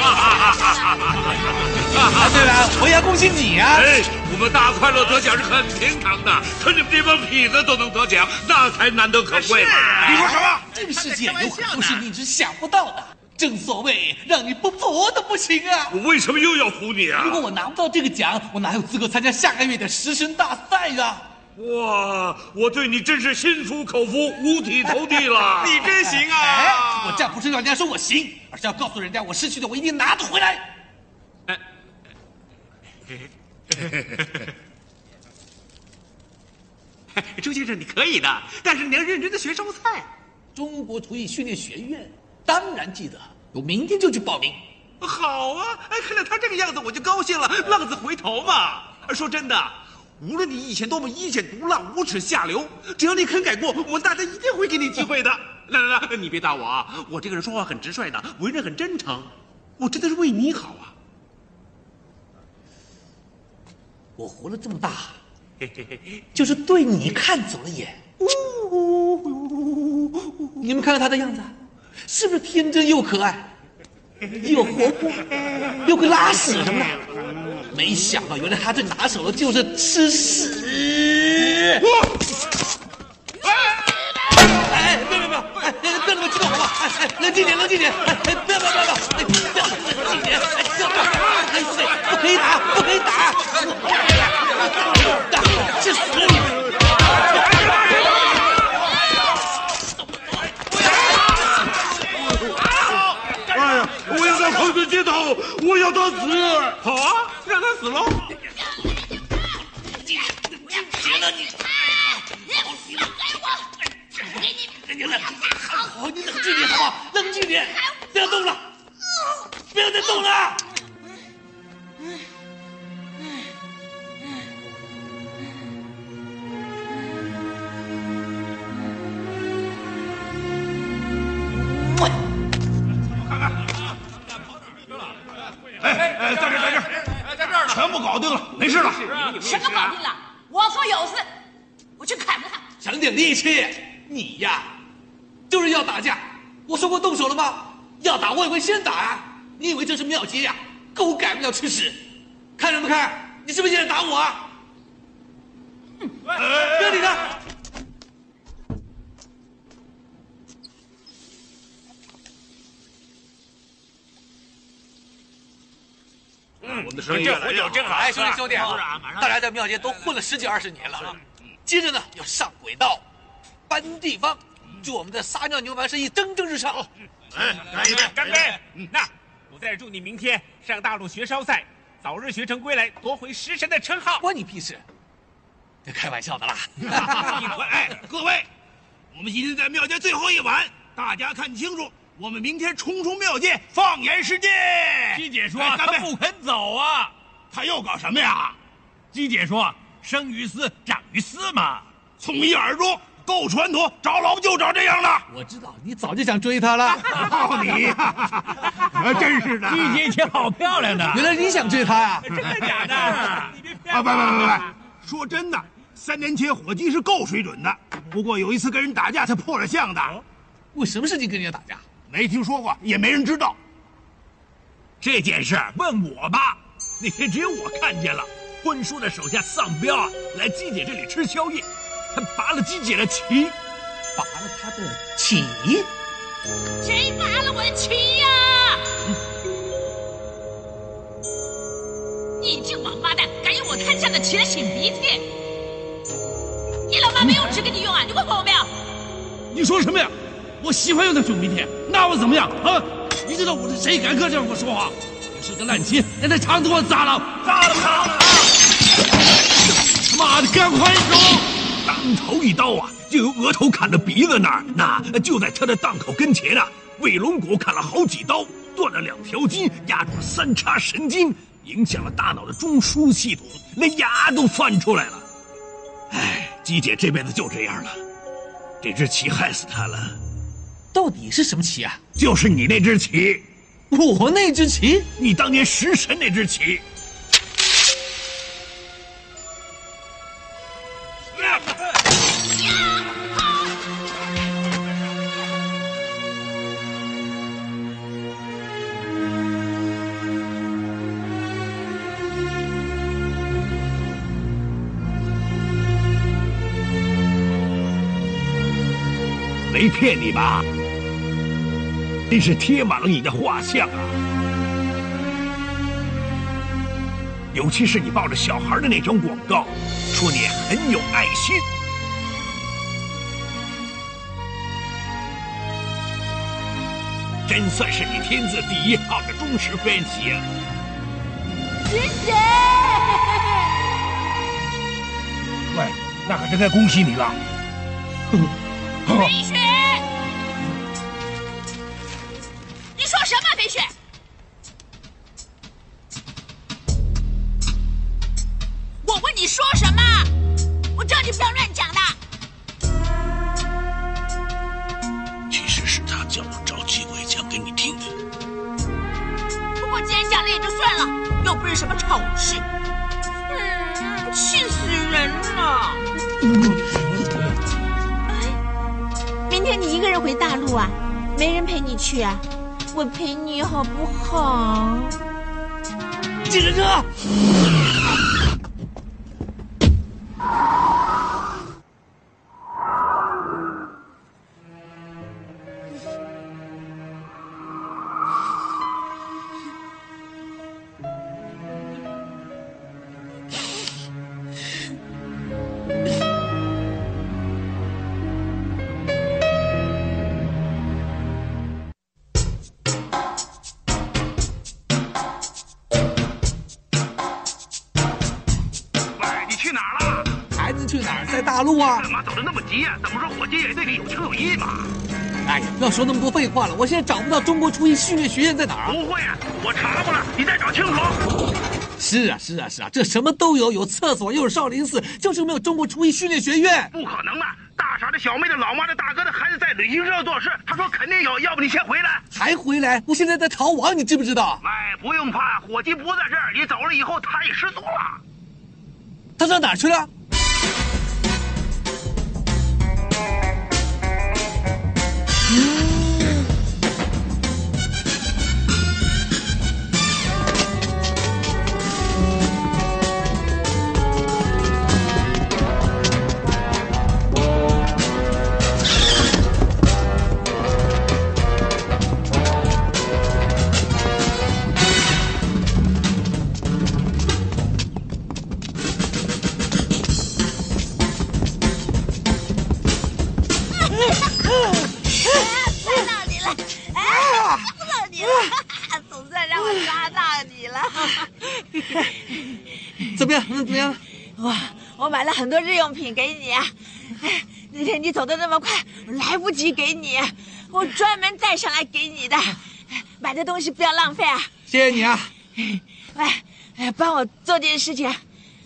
了。 对了，我也要恭喜你啊！ 哎，我们大快乐得奖是很平常的，可你们这帮痞子都能得奖，那才难得可贵嘛！ 你说什么？这个世界有很多事你是想不到的。正所谓让你不服都不行啊！ 我为什么又要服你啊？ 如果我拿不到这个奖，我哪有资格参加下个月的食神大赛啊？ 哇，我对你真是心服口服，五体投地了！ 你真行啊！ 哎，我这样不是让人家说我行，而是要告诉人家我失去的我一定拿得回来。 周先生，你可以的，但是你要认真的学烧菜。 中国厨艺训练学院。当然记得，我明天就去报名。 好啊，哎，看到他这个样子我就高兴了，浪子回头嘛。说真的，无论你以前多么阴险毒辣、无耻下流，只要你肯改过，我们大家一定会给你机会的。来，你别打我啊！我这个人说话很直率的，为人很真诚，我真的是为你好啊。 我活了这么大，就是对你看走了眼。你们看看他的样子。是不是天真又可爱，又活泼，又会拉屎什么的？没想到原来他最拿手的就是吃屎！哎，别，不要那么激动好不好？哎，冷静点，不要，冷静点！不可以打，治死了你！ 我要让猴子接头，我要他死！ 好啊，让他死喽！ 结了你！好，你冷静点好不好？冷静点，不要动了，不要再动了！ 哎，在这儿，全部搞定了，没事了。 什么搞定了？我说有事，我去砍了他。 省点力气，你呀，就是要打架。我说过动手了吗？要打我也会先打啊！你以为这是庙街呀？狗改不了吃屎！看什么看？你是不是现在打我啊？不要理他！ 我们的生意越来越好。 哎，兄弟，大家在庙街都混了10几20年了，接着呢要上轨道，搬地方，祝我们的撒尿牛丸生意蒸蒸日上。 哎，干杯！那我在这祝你明天上大陆学烧菜，早日学成归来，夺回食神的称号。 关你屁事！别开玩笑的啦。 哎，各位，我们今天在庙街最后一晚，大家看清楚。我们明天冲庙街，放眼世界。 鸡姐说她不肯走啊， 她又搞什么呀？ 鸡姐说生于斯，长于斯嘛。 从一而终，够传统，找老婆就找这样的。 我知道你早就想追她了。 靠你呀！真是的， 鸡姐以前好漂亮的。 原来你想追她呀？ 真的假的？你别骗我！不，说真的，3年前火鸡是够水准的，不过有一次跟人打架才破了相的。 为什么事情跟人家打架？ 没听说过，也没人知道。 这件事问我吧。那天只有我看见了，坤叔的手下丧彪啊，来鸡姐这里吃宵夜，他拔了鸡姐的旗。 拔了他的旗？ 谁拔了我的旗呀？你这王八蛋，敢用我摊下的旗来擤鼻涕！你老妈没有纸给你用啊？你问过我没有？ 你说什么呀？我喜欢用他擤鼻涕，那我怎么样啊？你知道我是谁？敢跟这样跟我说话？你是个烂旗，让他肠子给我砸了！砸了！妈的，赶快走！当头一刀啊，就由额头砍到鼻子那儿，那就在他的档口跟前啊，尾龙骨砍了好几刀，断了2条筋，压住了3叉神经，影响了大脑的中枢系统，连牙都翻出来了。哎，鸡姐这辈子就这样了，这只旗害死她了。 到底是什么旗啊？ 就是你那只旗。 我那只旗？ 你当年食神那只旗。 没骗你吧？真是贴满了你的画像啊！尤其是你抱着小孩的那种广告，说你很有爱心。真算是你天字第一号的忠实分析啊！ 谢谢。 喂，那可真该恭喜你了。 飞雪，你说什么？飞雪，我问你说什么？我叫你不要乱讲的。 其实是他叫我找机会讲给你听的。 不过既然讲了也就算了，又不是什么丑事。气死人了！明天你一个人回大陆啊？没人陪你去啊？我陪你好不好？ 计程车！去哪儿？在大陆啊！ 干嘛走得那么急呀？怎么说火箭也得有情有义嘛！ 哎呀，不要说那么多废话了，我现在找不到中国厨艺训练学院在哪儿啊？ 不会啊，我查过了，你再找清楚。 是啊，这什么都有，有厕所，又有少林寺，就是没有中国厨艺训练学院。 不可能啊！大傻的、小妹的、老妈的、大哥的孩子在旅行社做事，他说肯定有，要不你先回来。 还回来？我现在在逃亡，你知不知道？ 哎，不用怕，伙计不在这儿，你走了以后他也失踪了。 他上哪儿去了？怎么样？ 哇，我买了很多日用品给你啊！那天你走得那么快，来不及给你，我专门带上来给你的。买的东西不要浪费啊！ 谢谢你啊！ 来，帮我做件事情。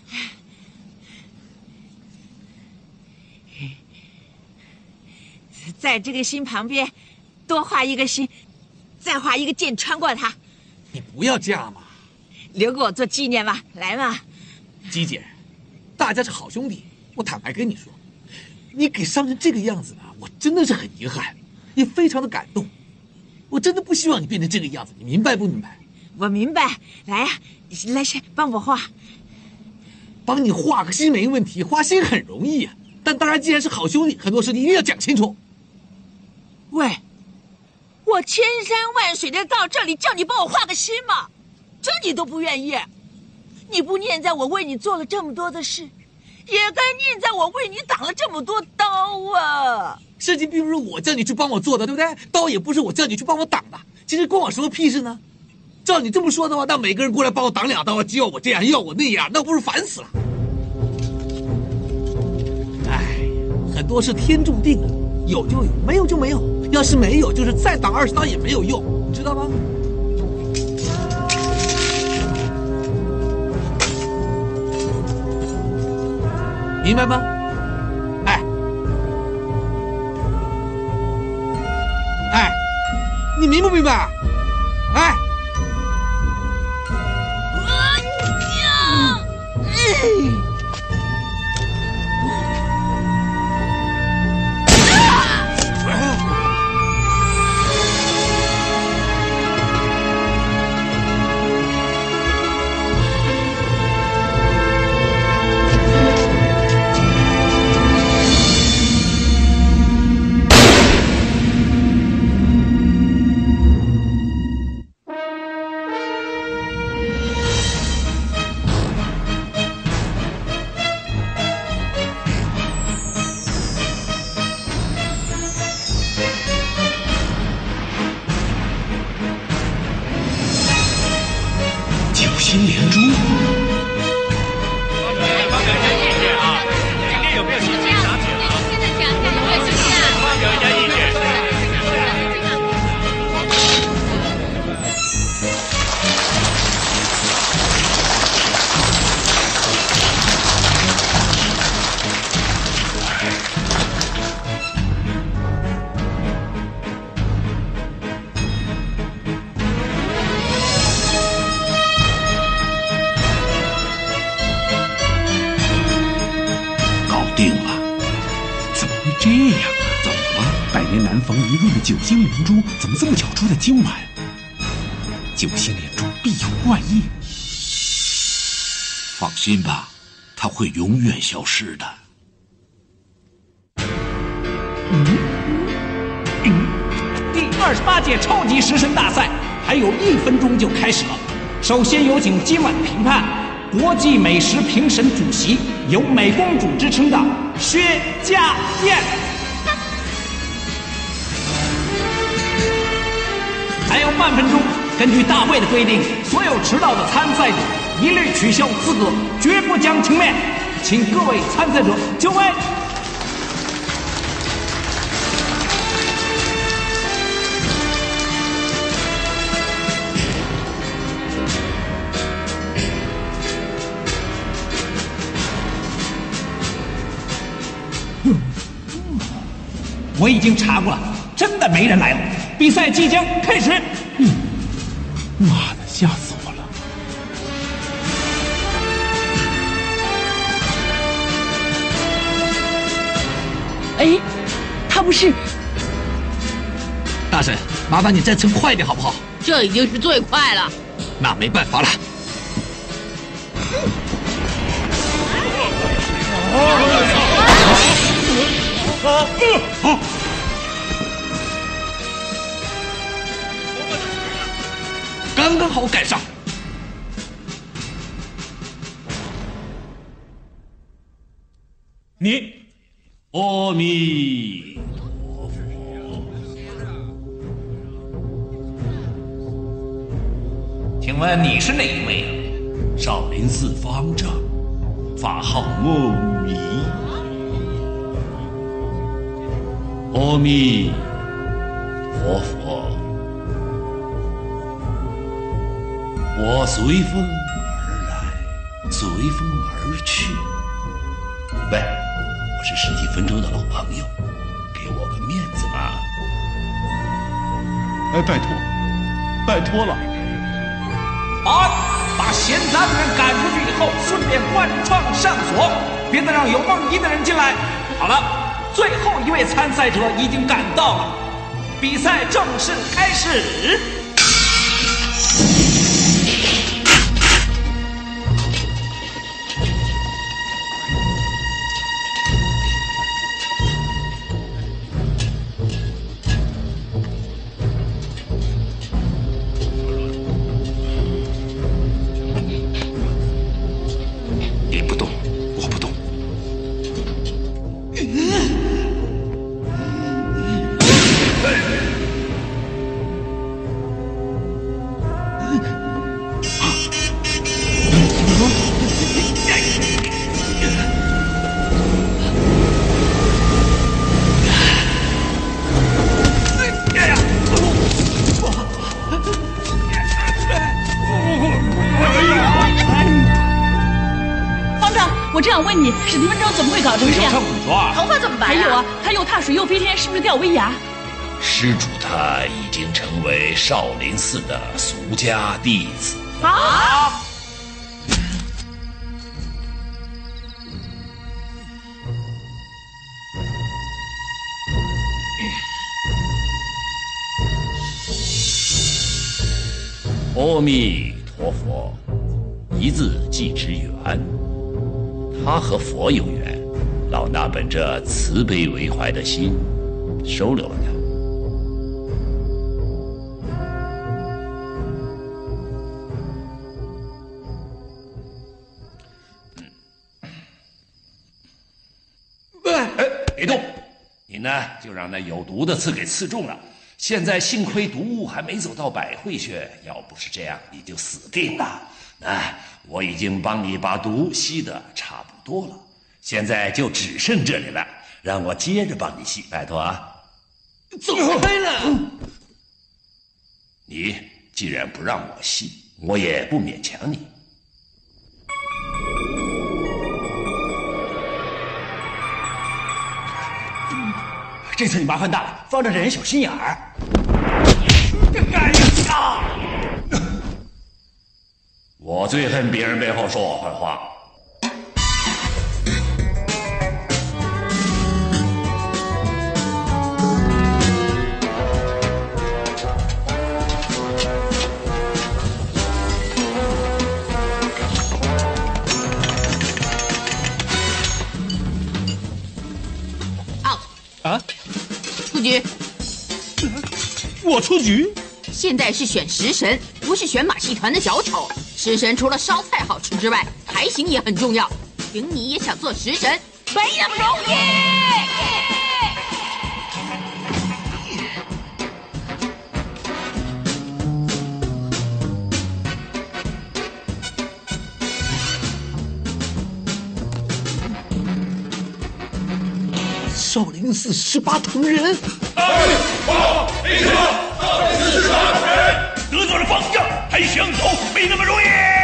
在这个心旁边多画一个心，再画一个剑穿过它。 你不要这样嘛！ 留给我做纪念吧，来嘛！ 姬姐，大家是好兄弟，我坦白跟你说，你给伤成这个样子了，我真的是很遗憾，也非常的感动。我真的不希望你变成这个样子，你明白不明白？ 我明白。来呀，来，帮我画。 帮你画个心没问题，画心很容易啊。但大家既然是好兄弟，很多事你一定要讲清楚。 喂，我千山万水的到这里，叫你帮我画个心吗？这你都不愿意，你不念在我为你做了这么多的事，也该念在我为你挡了这么多刀啊！ 事情并不是我叫你去帮我做的，对不对？刀也不是我叫你去帮我挡的，其实关我什么屁事呢？照你这么说的话，那每个人过来帮我挡2刀，就要我这样，要我那样，那不是烦死了？哎，很多事天注定了，有就有，没有就没有。要是没有，就是再挡20刀也没有用，你知道吗？明白吗？哎，你明不明白？哎， 逢一润的9星连珠怎么这么巧出在今晚？9星连珠必有怪异。 放心吧，它会永远消失的。 第28届超级食神大赛还有1分钟就开始了。首先有请今晚评判国际美食评审主席，有美公主之称的薛家燕。还有半分钟，根据大会的规定，所有迟到的参赛者一律取消资格，绝不将情面。请各位参赛者就位。我已经查过了，真的没人来了。比赛即将开始。 妈的，吓死我了！ 哎，他不是…… 大婶，麻烦你再称快点好不好？ 这已经是最快了。 那没办法了。刚刚好赶上。 你，阿弥陀佛。 请问你是哪一位啊？ 少林寺方丈，法号莫弥。阿弥陀佛。我随风而来，随风而去。喂，我是史蒂芬州的老朋友，给我个面子嘛！ 哎，拜托，拜托了！ 好，把闲杂的人赶出去以后，顺便关窗上锁，别再让有梦遗的人进来。好了，最后一位参赛者已经赶到了，比赛正式开始。 我这样问你，史蒂芬州怎么会搞成这样？ 头发怎么白还有啊，他又踏水又飞天，是不是掉威亚？ 施主他已经成为少林寺的俗家弟子。 啊！ 阿弥陀佛，一字记之缘。他和佛有缘，老衲本着慈悲为怀的心，收留了他。别动！你呢，就让那有毒的刺给刺中了。现在幸亏毒物还没走到百会穴，要不是这样，你就死定了。我已经帮你把毒吸得差不多了，现在就只剩这里了，让我接着帮你吸，拜托啊！ 走开了！ 你既然不让我吸，我也不勉强你。 这次你麻烦大了，方丈这人小心眼儿。 我最恨别人背后说我坏话。 我出局。 现在是选食神，不是选马戏团的小丑。食神除了烧菜好吃之外，台型也很重要。凭你也想做食神，没那么容易。 少林寺18铜人， 得罪了方丈，还想走，没那么容易。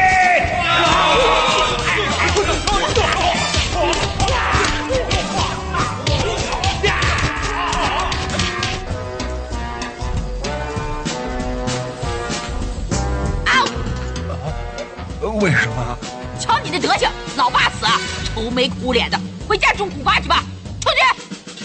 为什么？ 瞧你的德行，老爸死啊，愁眉苦脸的，回家种苦瓜去吧。出去！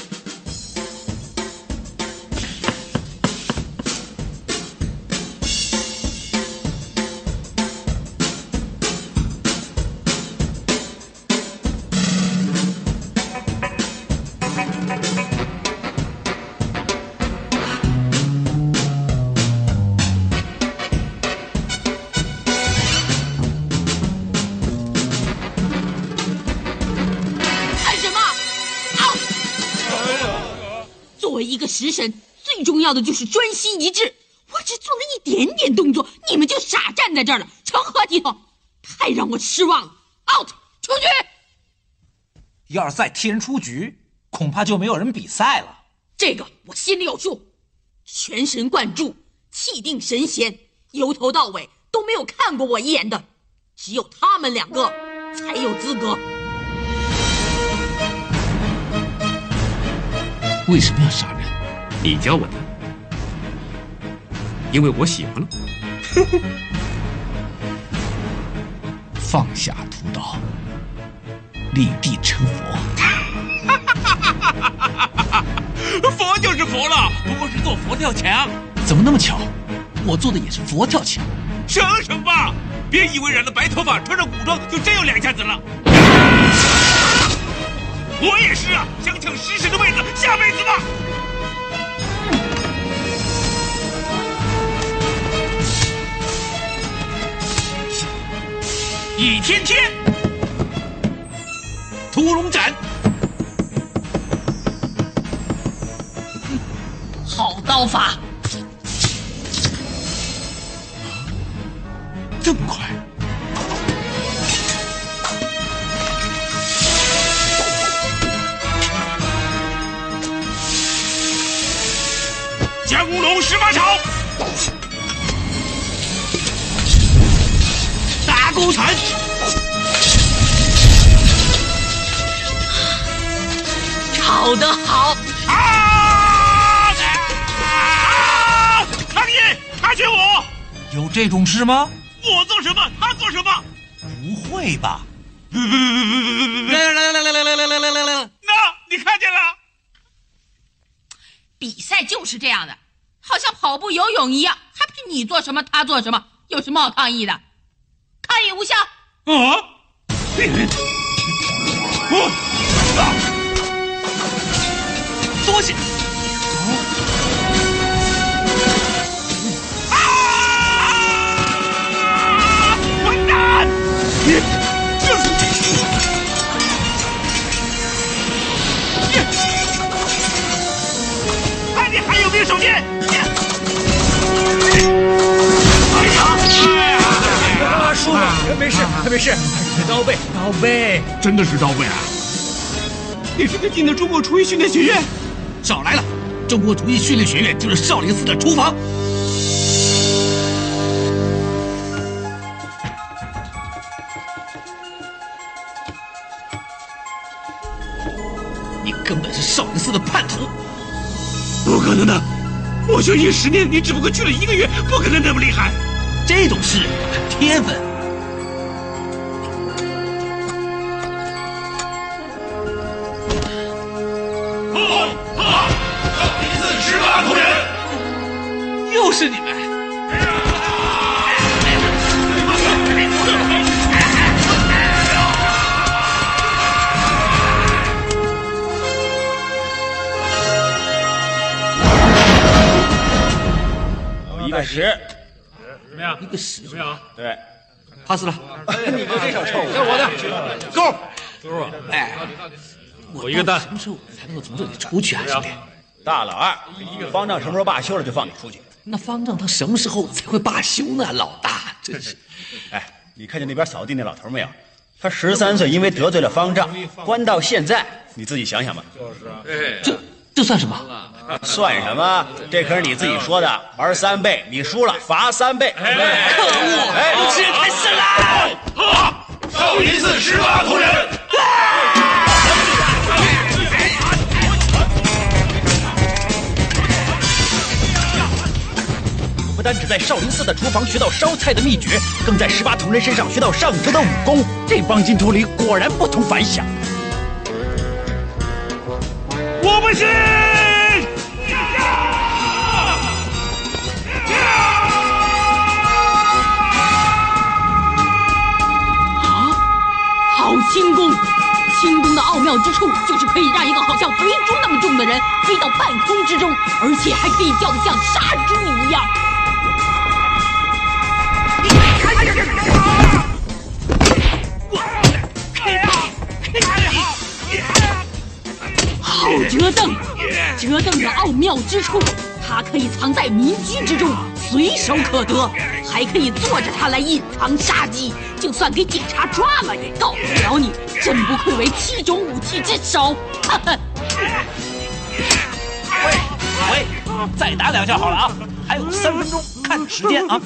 食神最重要的就是专心一致，我只做了一点点动作，你们就傻站在这儿了，成何体统？太让我失望了 ！out， 出局！ 要是再替人出局，恐怕就没有人比赛了。 这个我心里有数，全神贯注，气定神闲，由头到尾都没有看过我一眼的，只有他们2个才有资格。 为什么要杀人？ 你教我的，因为我喜欢了。 放下屠刀，立地成佛。 佛就是佛了，不过是做佛跳墙。 怎么那么巧？我做的也是佛跳墙。 省省吧，别以为染了白头发，穿上古装就真有2下子了。我也是啊，想抢食神的位子，下辈子吧。倚天天， 屠龙斩， 好刀法， 这么快？ 降龙18掌， 大钩铲， 炒得好！ 唐寅，他选我， 有这种事吗？ 我做什么，他做什么？ 不会吧？ 来，那你看见了？ 比赛就是这样的，好像跑步、游泳一样，还不是你做什么他做什么，有什么好抗议的？抗议无效。 多谢。 混蛋！看你还有没有手电？ 叔叔，没事，没事，是刀背，刀背， 真的是刀背啊！ 你是进的中国厨艺训练学院？ 少来了，中国厨艺训练学院就是少林寺的厨房。你根本是少林寺的叛徒！ 不可能的，我学艺10年，你只不过去了1个月，不可能那么厉害。 这种事看天分。 18铜人， 又是你们！ 一个10， 怎么样？ 一个10， 怎么样？ 对， 怕死了。 你们这手臭， 这我的勾。 勾啊！ 哎， 我一个蛋。 什么时候才能够从这里出去啊，兄弟？ 大老二，方丈什么时候罢休了就放你出去。 那方丈他什么时候才会罢休呢？老大，真是。 哎，你看见那边扫地那老头没有？他13岁因为得罪了方丈，关到现在，你自己想想吧。 就是啊。这算什么？ 算什么？这可是你自己说的，玩3倍，你输了罚3倍。 可恶！ 哎， 这也太深了！ 少林寺18铜人。 不单只在少林寺的厨房学到烧菜的秘诀，更在18铜人身上学到上乘的武功。这帮金秃驴果然不同凡响。 我不信！ 好轻功！轻功的奥妙之处，就是可以让一个好像肥猪那么重的人飞到半空之中，而且还可以叫得像杀猪一样。好折凳！折凳的奥妙之处，它可以藏在民居之中，随手可得，还可以坐着它来隐藏杀机。就算给警察抓了，也告不了你。真不愧为7种武器之首！ 喂，再打2下好了啊，还有3分钟，看时间啊。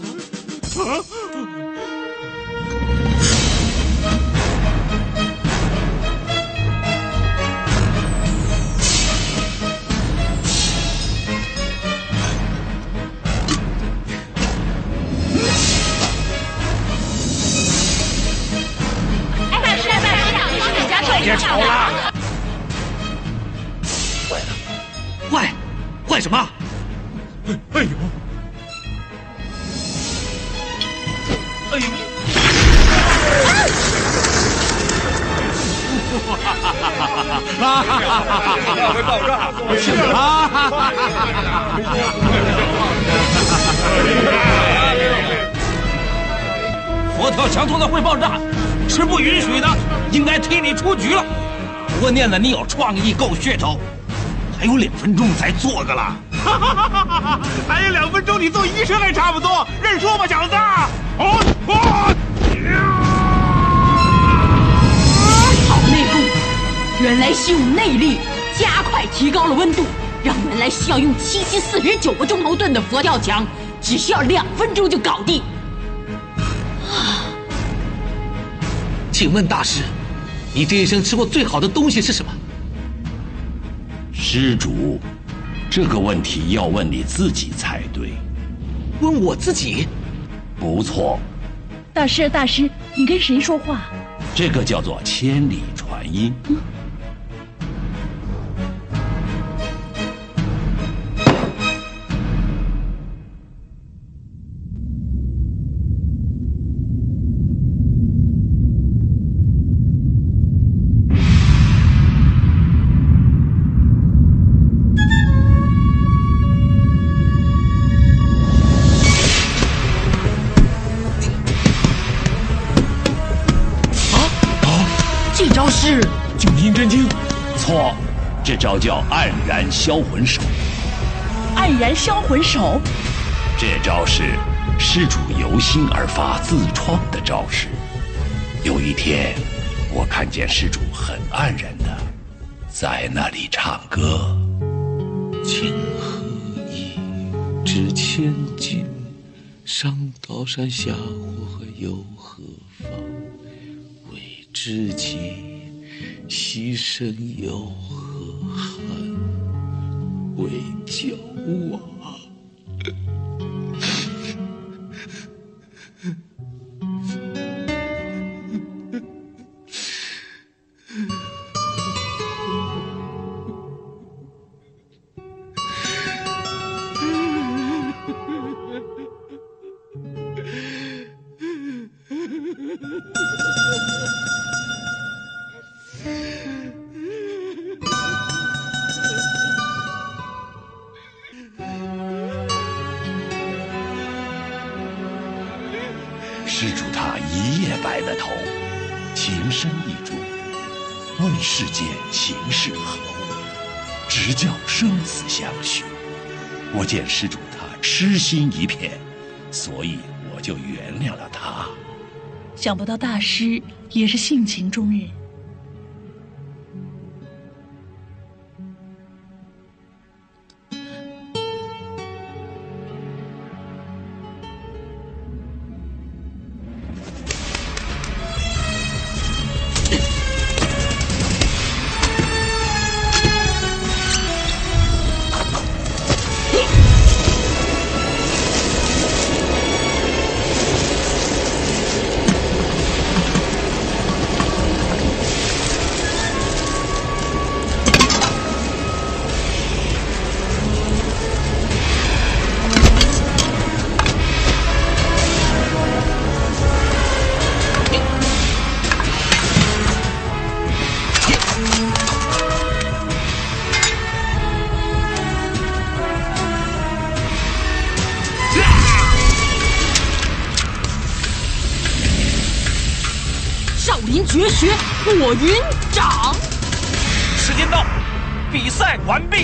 别吵了！ 坏了，坏什么？ 哎呦！ 哎呦！ 会爆炸！ 佛跳墙做的会爆炸，是不允许的。应该踢你出局了。不过念了你有创意，够噱头。还有2分钟才做个了。 还有2分钟，你做医生还差不多。认输吧，小子！ 好内功，原来是用内力加快提高了温度，让原来需要用749个钟头炖的佛跳墙，只需要2分钟就搞定。 请问大师，你这一生吃过最好的东西是什么？ 施主，这个问题要问你自己才对。 问我自己？ 不错。 大师，你跟谁说话？ 这个叫做千里传音。 是九阴真经。 错，这招叫黯然销魂手。 黯然销魂手， 这招是施主由心而发自创的招式。有一天，我看见施主很黯然的在那里唱歌。 情何以值千金？上刀山下火海又何妨？为知己牺牲又何憾？为救我。 施主他一夜白了头，情深意重。问世间情是何物，直教生死相许。我见施主他痴心一片，所以我就原谅了他。 想不到大师也是性情中人。 绝学火云掌。 时间到，比赛完毕。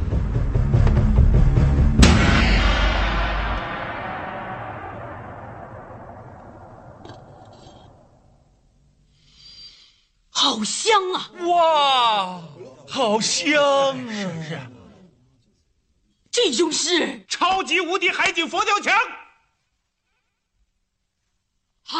好香啊！ 哇，好香啊！ 是。 这就是超级无敌海景佛跳墙。 好。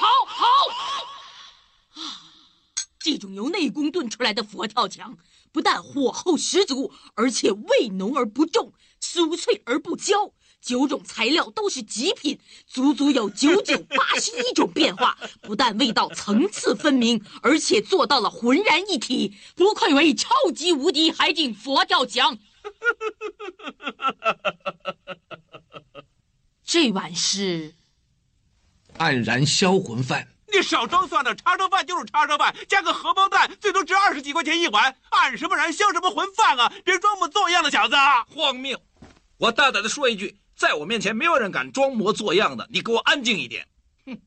这种由内功炖出来的佛跳墙，不但火候十足，而且味浓而不重，酥脆而不焦。9种材料都是极品，足足有9981种变化。不但味道层次分明，而且做到了浑然一体，不愧为超级无敌海景佛跳墙。这碗是黯然销魂饭。 你少装蒜了，叉烧饭就是叉烧饭，加个荷包蛋，最多值20几块钱一碗。黯什么然销什么魂饭啊！别装模作样的小子！ 荒谬！我大胆的说一句，在我面前没有人敢装模作样的，你给我安静一点！哼！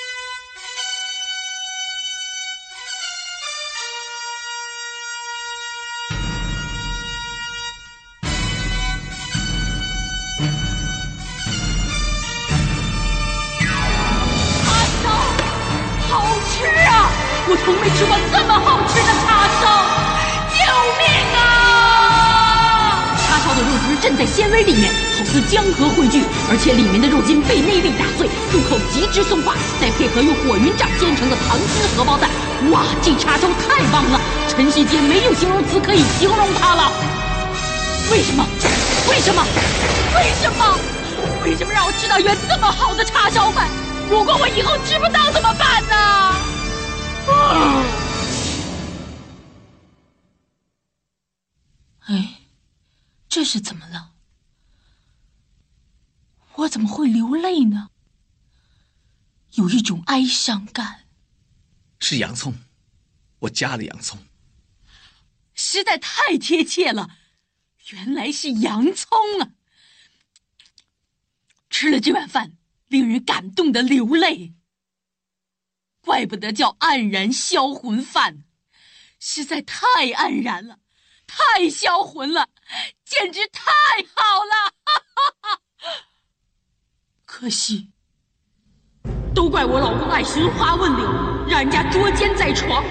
我从没吃过这么好吃的叉烧，救命啊！叉烧的肉汁浸在纤维里面，好似江河汇聚，而且里面的肉筋被内力打碎，入口极致松化，再配合用火云掌煎成的糖心荷包蛋，哇，这叉烧太棒了！尘世间没有形容词可以形容它了。为什么让我吃到一碗这么好的叉烧饭？如果我以后吃不到怎么办呢？哎，这是怎么了？我怎么会流泪呢？有一种哀伤感。 是洋葱，我加了洋葱。 实在太贴切了，原来是洋葱啊！吃了这碗饭，令人感动的流泪。怪不得叫黯然销魂饭，实在太黯然了，太销魂了，简直太好了！可惜，都怪我老公爱寻花问柳，让人家捉奸在床。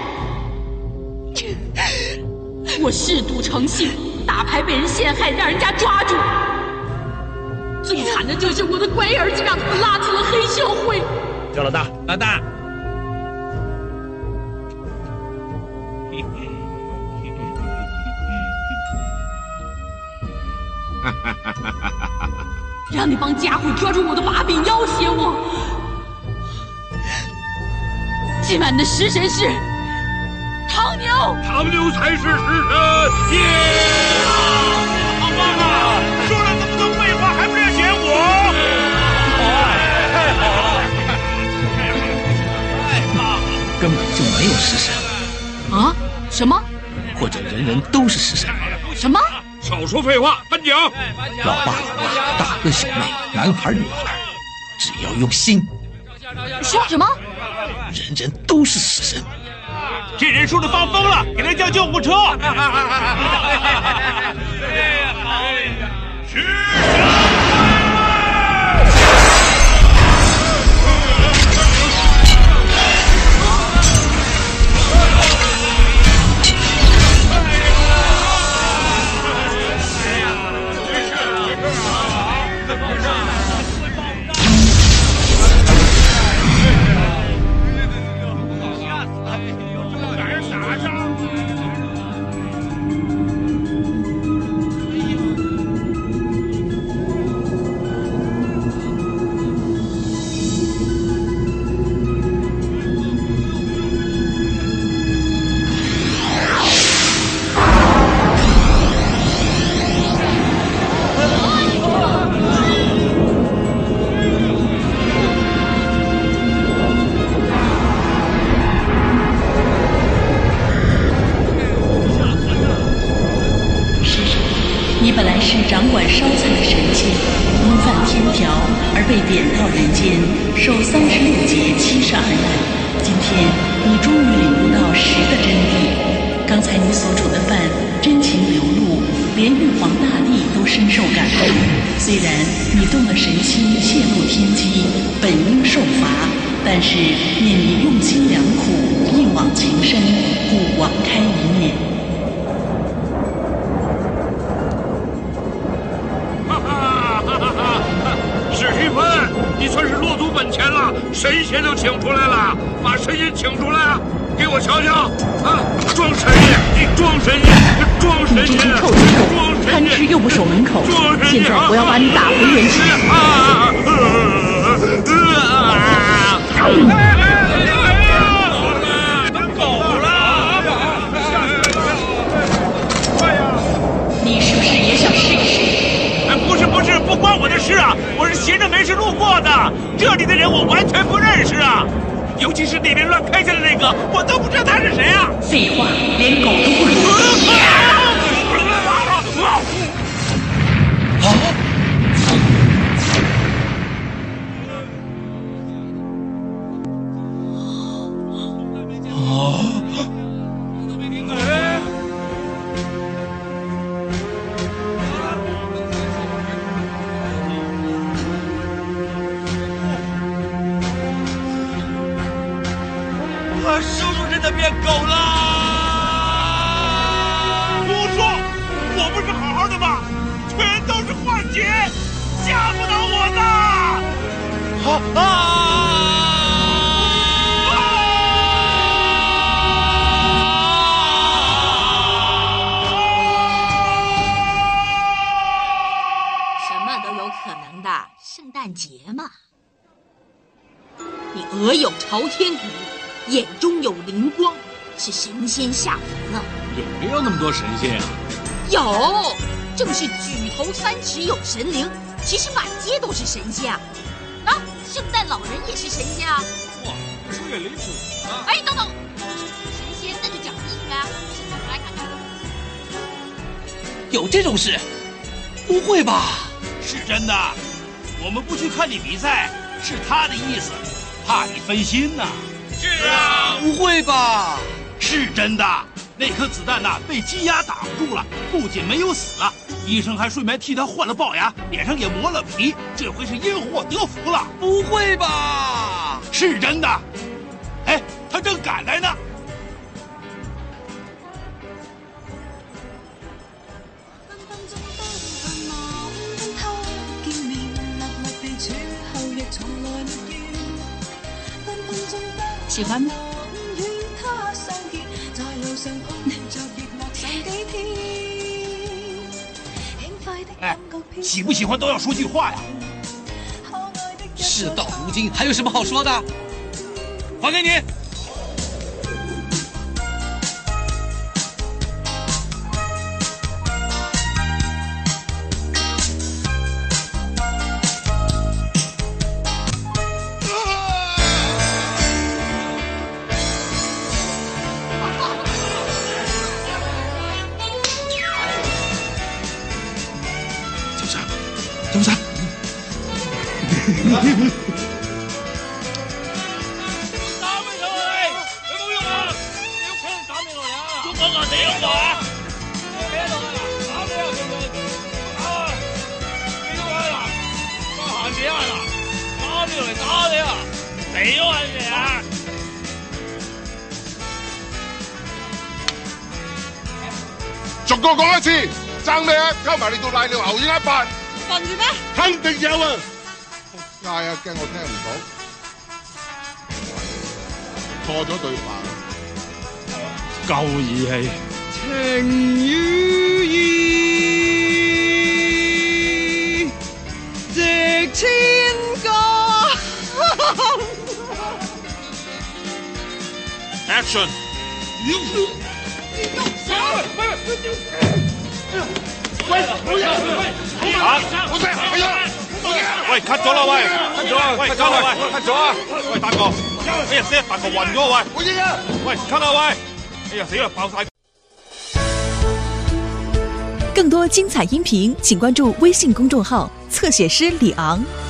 我嗜赌成性，打牌被人陷害，让人家抓住。最惨的就是我的乖儿子，让他们拉进了黑社会。 叫老大， 老大。 让那帮家伙抓住我的把柄，要挟我。今晚的食神是唐牛， 唐牛才是食神！耶！ 好棒啊！说了这么多废话，还不是选我？太好了！太棒了！ 根本就没有食神啊？什么？ 或者人人都是食神？ 什么？ 少说废话，颁奖！ 老爸老妈、大哥小妹、男孩女孩，只要用心， 说什么？ 人人都是死神。 这人说是发疯了，给他叫救护车。是。 你本来是掌管烧菜的神仙，因犯天条而被贬到人间，受36劫欺杀而难。今天你终于领悟到食的真谛。刚才你所煮的饭真情流露，连玉皇大帝都深受感动。虽然你动了神心，泄露天机，本应受罚，但是念你用心良苦，一往情深，故网开一面。 你算是落足本钱了，神仙都请出来了，把神仙请出来啊！给我瞧瞧啊！装神仙，装神仙，装神仙！ 你这只臭猪狗，贪吃又不守门口，现在我要把你打回原形！你是不是也想试一试？ 不是，不关我的事啊！我是闲着没事路过的，这里的人我完全不认识啊，尤其是那边乱开枪的那个，我都不知道他是谁啊！ 废话，连狗都不如。 叔叔真的变狗了！胡说！我不是好好的吗？全都是幻觉，吓不倒我的！ 什么都有可能的，圣诞节嘛。你额有朝天鼓，眼中有灵光，是神仙下凡了。 有没有那么多神仙啊？ 有，正是举头3尺有神灵，其实满街都是神仙啊。啊，圣诞老人也是神仙啊。 哇，说也离谱啊！ 哎，等等，神仙那就讲义气啊，现在我们来看看。 有这种事？不会吧？ 是真的，我们不去看你比赛，是他的意思，怕你分心呐。 是啊，不会吧？ 是真的，那颗子弹被鸡鸭挡住了，不仅没有死，医生还顺便替他换了龅牙，脸上也磨了皮，这回是因祸得福了。 不会吧？ 是真的。哎，他正赶来呢。 喜欢吗？ 哎，喜不喜欢都要说句话呀。 事到如今，还有什么好说的？ 还给你。 嗰個死咗啊！企喺度啊！打你啊！啊！邊個啊？行住啊！打邊度嚟打你啊！死咗啊你哋啊！ 逐個講一次，爭咩啊？溝埋你到瀨尿牛丸一瓣。 笨住咩？ 肯定有啊！嗌啊，驚我聽唔到，錯咗對白。 夠義氣。 情與義值千金。 Action！ 喂，冇嘢，冇聲，係啊， 喂 ，cut 咗啦，喂 ，cut 咗啊，喂，cut 啦，喂 ，cut 咗啊，喂，大哥，哎呀死啊，大哥暈咗喂， 冇嘢啊， 喂 ，cut 啦喂，哎呀死啦，爆晒。 更多精彩音频，请关注微信公众号“侧写师李昂”。